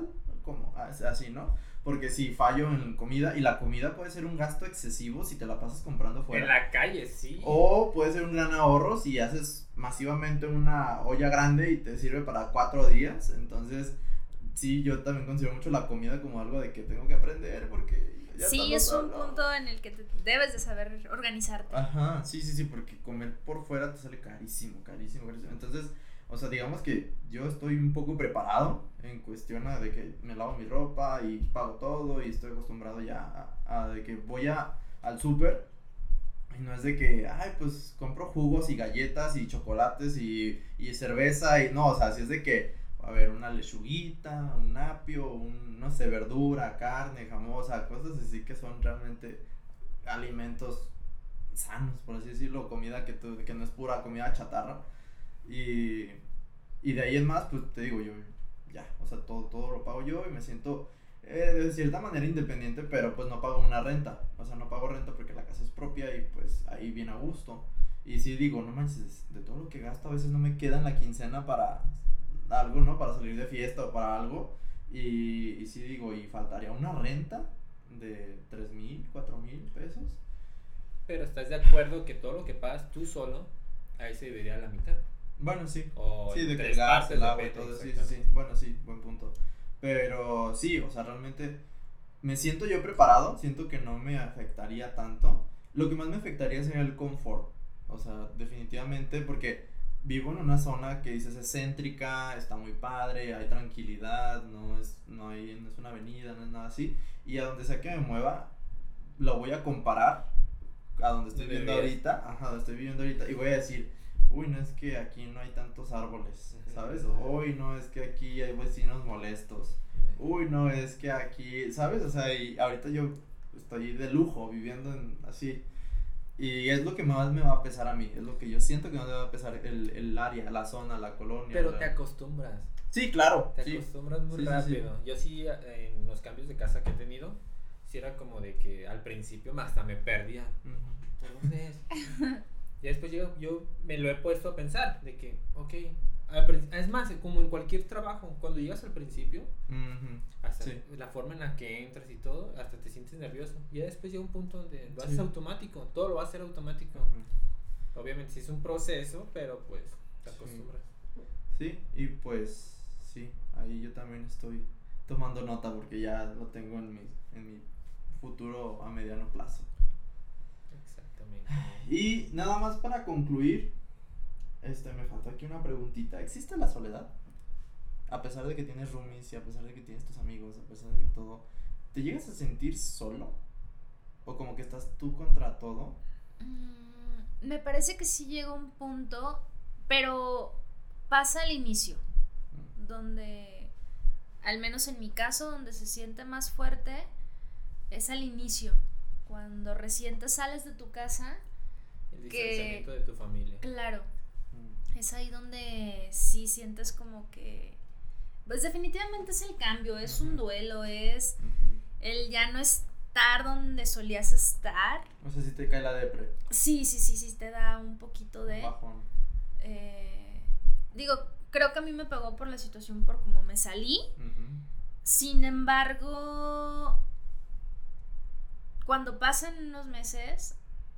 como así, ¿no? Porque si fallo en comida, y la comida puede ser un gasto excesivo si te la pasas comprando fuera. En la calle, sí. O puede ser un gran ahorro si haces masivamente una olla grande y te sirve para 4 días. Entonces, sí, yo también considero mucho la comida como algo de que tengo que aprender porque ya sí, es un punto en el que debes de saber organizarte. Ajá, sí, porque comer por fuera te sale carísimo. Entonces, o sea, digamos que yo estoy un poco preparado en cuestión de que me lavo mi ropa y pago todo y estoy acostumbrado ya a de que voy al súper y no es de que, ay, pues compro jugos y galletas y chocolates y cerveza y no, o sea, si es de que, a ver, una lechuguita, un apio, no sé, verdura, carne, jamón, o sea, cosas así que son realmente alimentos sanos, por así decirlo, comida que no es pura comida chatarra. Y de ahí en más, pues te digo, yo ya, o sea, todo lo pago yo y me siento de cierta manera independiente, pero pues no pago una renta, o sea, no pago renta porque la casa es propia y pues ahí viene a gusto. Y sí digo, no manches, de todo lo que gasto a veces no me queda en la quincena para algo, ¿no? Para salir de fiesta o para algo. Y sí digo, y faltaría una renta de 3,000, 4,000 pesos. Pero estás de acuerdo que todo lo que pagas tú solo, ahí se dividiría a la mitad. Bueno, sí. O sí, de que el 3 gas, partes, el agua y depende, todo, sí. exactamente. Bueno, sí, buen punto. Pero sí, o sea, realmente me siento yo preparado, siento que no me afectaría tanto. Lo que más me afectaría sería el confort. O sea, definitivamente, porque vivo en una zona que dices es céntrica, está muy padre, hay tranquilidad, no es una avenida, no es nada así. Y a donde sea que me mueva, lo voy a comparar a donde estoy viviendo ahorita, donde estoy viviendo ahorita, y voy a decir, uy, no es que aquí no hay tantos árboles, ¿sabes? Uy, no es que aquí hay vecinos molestos. Uy, no es que aquí, ¿sabes? O sea, y ahorita yo estoy de lujo viviendo así. Y es lo que más me va a pesar a mí, es lo que yo siento que más me va a pesar el área, la zona, la colonia. Pero te acostumbras. Sí, claro. Te acostumbras muy rápido. Sí. Yo sí, en los cambios de casa que he tenido, sí era como de que al principio hasta me perdía. ¿Por dónde es? Y después yo me lo he puesto a pensar, de que, ok, es más, como en cualquier trabajo, cuando llegas al principio, hasta la forma en la que entras y todo, hasta te sientes nervioso. Y ya después llega un punto donde lo haces automático, todo lo va a hacer automático. Obviamente sí es un proceso, pero pues te acostumbras. Sí, y pues sí, ahí yo también estoy tomando nota porque ya lo tengo en mi futuro a mediano plazo. Exactamente. Y nada más para concluir, me faltó aquí una preguntita. ¿Existe la soledad? A pesar de que tienes roomies y a pesar de que tienes tus amigos, a pesar de todo, ¿te llegas a sentir solo? ¿O como que estás tú contra todo? Me parece que sí llega un punto, pero pasa al inicio, donde, al menos en mi caso, donde se siente más fuerte, es al inicio, cuando recién te sales de tu casa. El distanciamiento de tu familia. Claro, es ahí donde sí sientes como que, pues definitivamente es el cambio, es un duelo, es el ya no estar donde solías estar. O sea, si te cae la depre. Sí, te da un poquito de bajón. Digo, creo que a mí me pegó por la situación, por cómo me salí. Sin embargo, cuando pasan unos meses,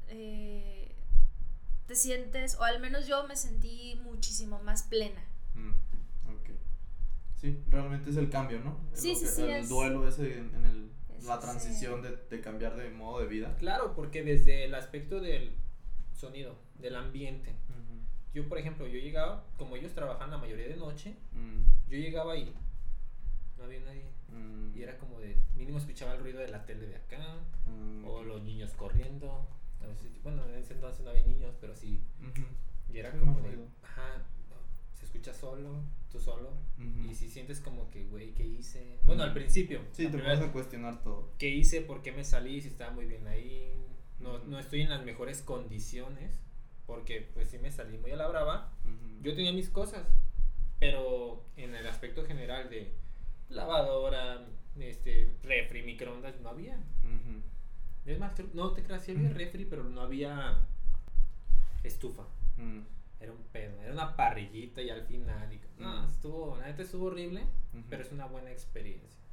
te sientes, o al menos yo me sentí muchísimo más plena. Ok. Sí, realmente es el cambio, ¿no? Sí, el duelo ese en la transición de cambiar de modo de vida. Claro, porque desde el aspecto del sonido, del ambiente. Yo, por ejemplo, yo llegaba, como ellos trabajan la mayoría de noche, yo llegaba y no había nadie. Y era como de, mínimo escuchaba el ruido de la tele de acá, o los niños corriendo. A veces, bueno, en ese entonces no había niños, pero sí. Y era como de, se escucha solo, tú solo. Y si sientes como que, güey, ¿qué hice? Bueno, al principio. Sí, te vas a cuestionar todo. ¿Qué hice? ¿Por qué me salí? Si estaba muy bien ahí. No estoy en las mejores condiciones. Porque pues sí me salí muy a la brava. Yo tenía mis cosas, pero en el aspecto general de lavadora, refri, microondas, no había. Es más, no te creas, sí había refri, pero no había estufa. Era un pedo, era una parrillita y al final, la neta estuvo horrible, pero es una buena experiencia.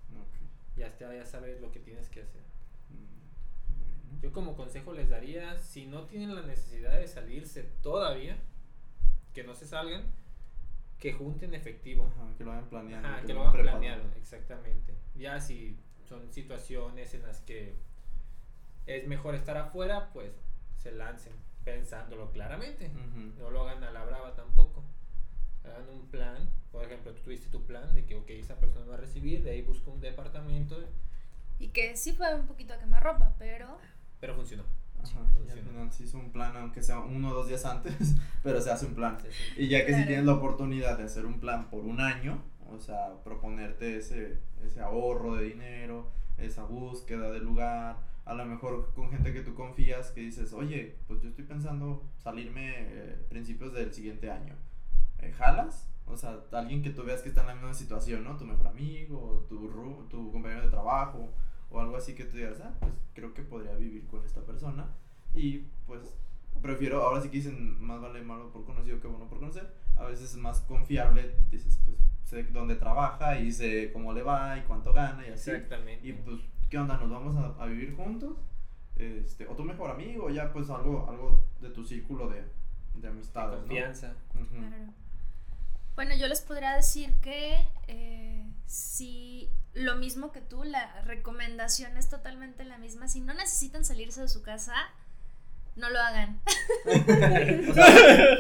Ok. Ya sabes lo que tienes que hacer. Bueno. Yo como consejo les daría, si no tienen la necesidad de salirse todavía, que no se salgan, que junten efectivo. Ajá, que lo vayan planeando. Ajá, que lo vayan hagan preparando. planeado, exactamente. Ya si son situaciones en las que es mejor estar afuera, pues se lancen pensándolo claramente. Ujú. No lo hagan a la brava tampoco. Hagan un plan. Por ejemplo, tú tuviste tu plan de que, ok, esa persona me va a recibir, de ahí busco un departamento, Y que sí fue un poquito a quemarropa, pero pero funcionó. Ajá, y al funciona. final se hizo un plan, aunque sea 1 o 2 días antes, pero se hace un plan. Sí, sí. Y ya que Claro. si tienes la oportunidad de hacer un plan por un año, o sea, proponerte ese ahorro de dinero, esa búsqueda de lugar, a lo mejor con gente que tú confías, que dices, oye, pues yo estoy pensando salirme principios del siguiente año. ¿Jalas? O sea, alguien que tú veas que está en la misma situación, ¿no? Tu mejor amigo, tu compañero de trabajo, o algo así que tú digas, pues creo que podría vivir con esta persona. Y pues prefiero, ahora sí que dicen, más vale malo por conocido que bueno por conocer. A veces es más confiable, dices, pues sé dónde trabaja y sé cómo le va y cuánto gana y así. Exactamente. Y pues, ¿qué onda? ¿Nos vamos a vivir juntos? O tu mejor amigo, ya pues algo de tu círculo de amistades, Confianza. ¿no? Ujú. claro. Bueno, yo les podría decir que si lo mismo que tú, la recomendación es totalmente la misma. Si no necesitan salirse de su casa, no lo hagan. O sea,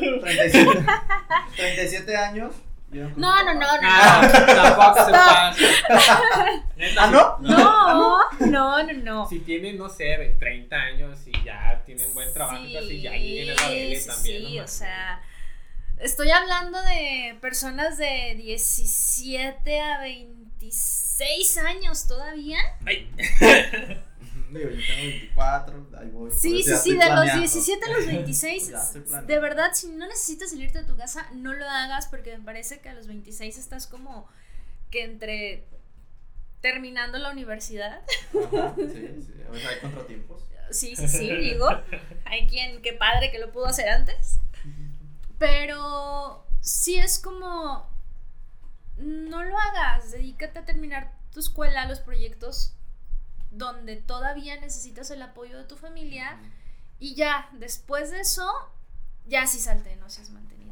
37 años. ¿Vieron con No, tu no, papá? no, no. Tampoco se pasa. Neta, ¿Ah, no? No. Si tienen, no sé, 30 años y ya tienen buen trabajo, Sí, así ya lleguen a la Bele también. sí, ¿no? o sea, estoy hablando de personas de 17 a 26 años todavía. Ay. Digo, yo tengo 24, ahí voy. Sí, por eso ya sí, estoy de los planeando. 17 a los 26, Ya estoy planeando. de verdad, si no necesitas salirte de tu casa, no lo hagas porque me parece que a los 26 estás como que entre terminando la universidad. Ajá, sí, a veces hay contratiempos. Sí, digo, hay quien, qué padre que lo pudo hacer antes, pero sí es como, no lo hagas, dedícate a terminar tu escuela, los proyectos donde todavía necesitas el apoyo de tu familia y ya, después de eso, ya sí salte, no seas mantenido.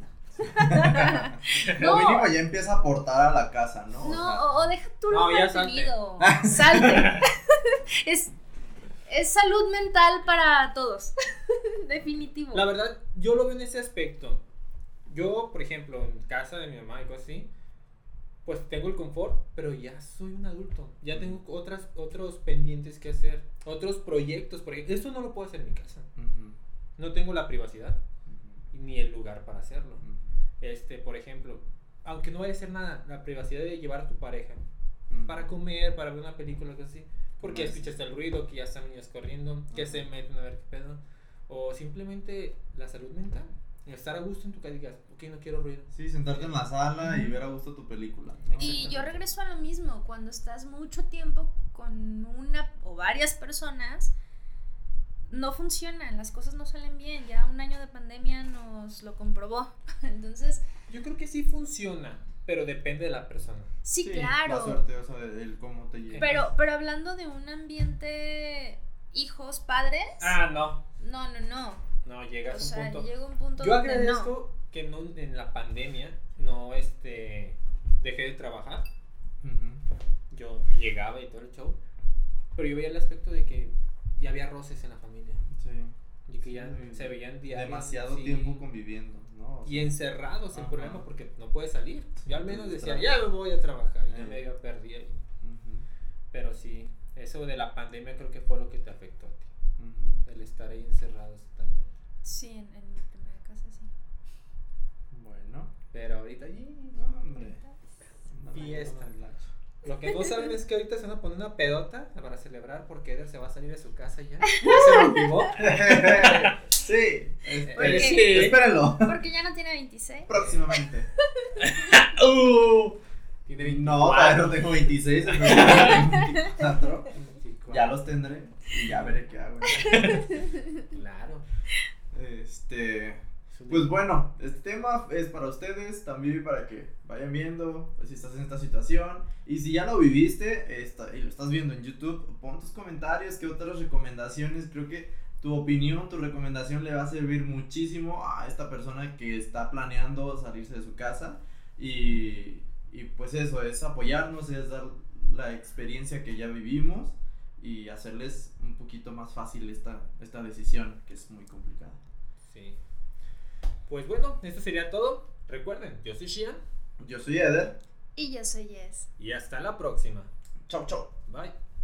O mínimo ya empieza a aportar a la casa, ¿no? No, o deja tú lo No, ya mantenido, salte. Es salud mental para todos, definitivo. La verdad, yo lo veo en ese aspecto. Yo, por ejemplo, en casa de mi mamá y cosas así, pues tengo el confort, pero ya soy un adulto. Ya tengo otros pendientes que hacer, otros proyectos. Esto no lo puedo hacer en mi casa. Ujú, No tengo la privacidad ujú, ni el lugar para hacerlo. ujú, Por ejemplo, aunque no vaya a ser nada, la privacidad de llevar a tu pareja ujú. para comer, para ver una película, algo así. Porque Nice. escuchaste el ruido, que ya están niños corriendo, que Ajá. se meten a ver qué pedo. O simplemente la salud mental. Estar a gusto en tu casa y digas, ok, no quiero ruido. Sí, sentarte en la sala y ver a gusto tu película, ¿no? Y yo regreso a lo mismo, cuando estás mucho tiempo con una o varias personas, no funcionan, las cosas no salen bien, ya un año de pandemia nos lo comprobó. Entonces, Yo creo que sí funciona, pero depende de la persona. sí, La claro, suerte, o sea, el cómo te llega. pero hablando de un ambiente hijos, padres, No. no, No, llegas o a sea, un punto. llega un punto Yo donde agradezco que no, en la pandemia no dejé de trabajar. Ujú. Yo llegaba y todo el show, pero yo veía el aspecto de que ya había roces en la familia Sí. y que ya Sí. se veían diarios. Demasiado sí, tiempo conviviendo, ¿no? O y sea, encerrados el Ajá. problema porque no puedes salir. Sí, Yo al menos te decía, distraes. ya me voy a trabajar, y ya Eh. me iba a perder. ujú, Pero sí, eso de la pandemia creo que fue lo que te afectó a ti, ujú. el estar ahí encerrados totalmente. sí, en mi primera casa sí. Bueno, Pero ahorita, no, hombre. No, Fiesta. no, no, lo que no saben es que ahorita se van a poner una pedota para celebrar porque Eder se va a salir de su casa ya. Ya se motivó. Sí, Porque- Sí. espérenlo. Porque ya no tiene 26. Próximamente. Tiene No, 24. todavía no tengo 26, tengo 24. 24. Ya los tendré y ya veré qué hago. Claro. Este. Es Pues bueno, este tema es para ustedes, también para que vayan viendo, pues, si estás en esta situación. Y si ya lo viviste y lo estás viendo en YouTube, pon tus comentarios, qué otras recomendaciones. Creo que tu opinión, tu recomendación le va a servir muchísimo a esta persona que está planeando salirse de su casa. Y pues eso, es apoyarnos, es dar la experiencia que ya vivimos y hacerles un poquito más fácil esta decisión, que es muy complicada. Sí. Pues bueno, esto sería todo. Recuerden, yo soy Shian. Yo soy Eder. Y yo soy Jess. Y hasta la próxima. Chau, chau. Bye.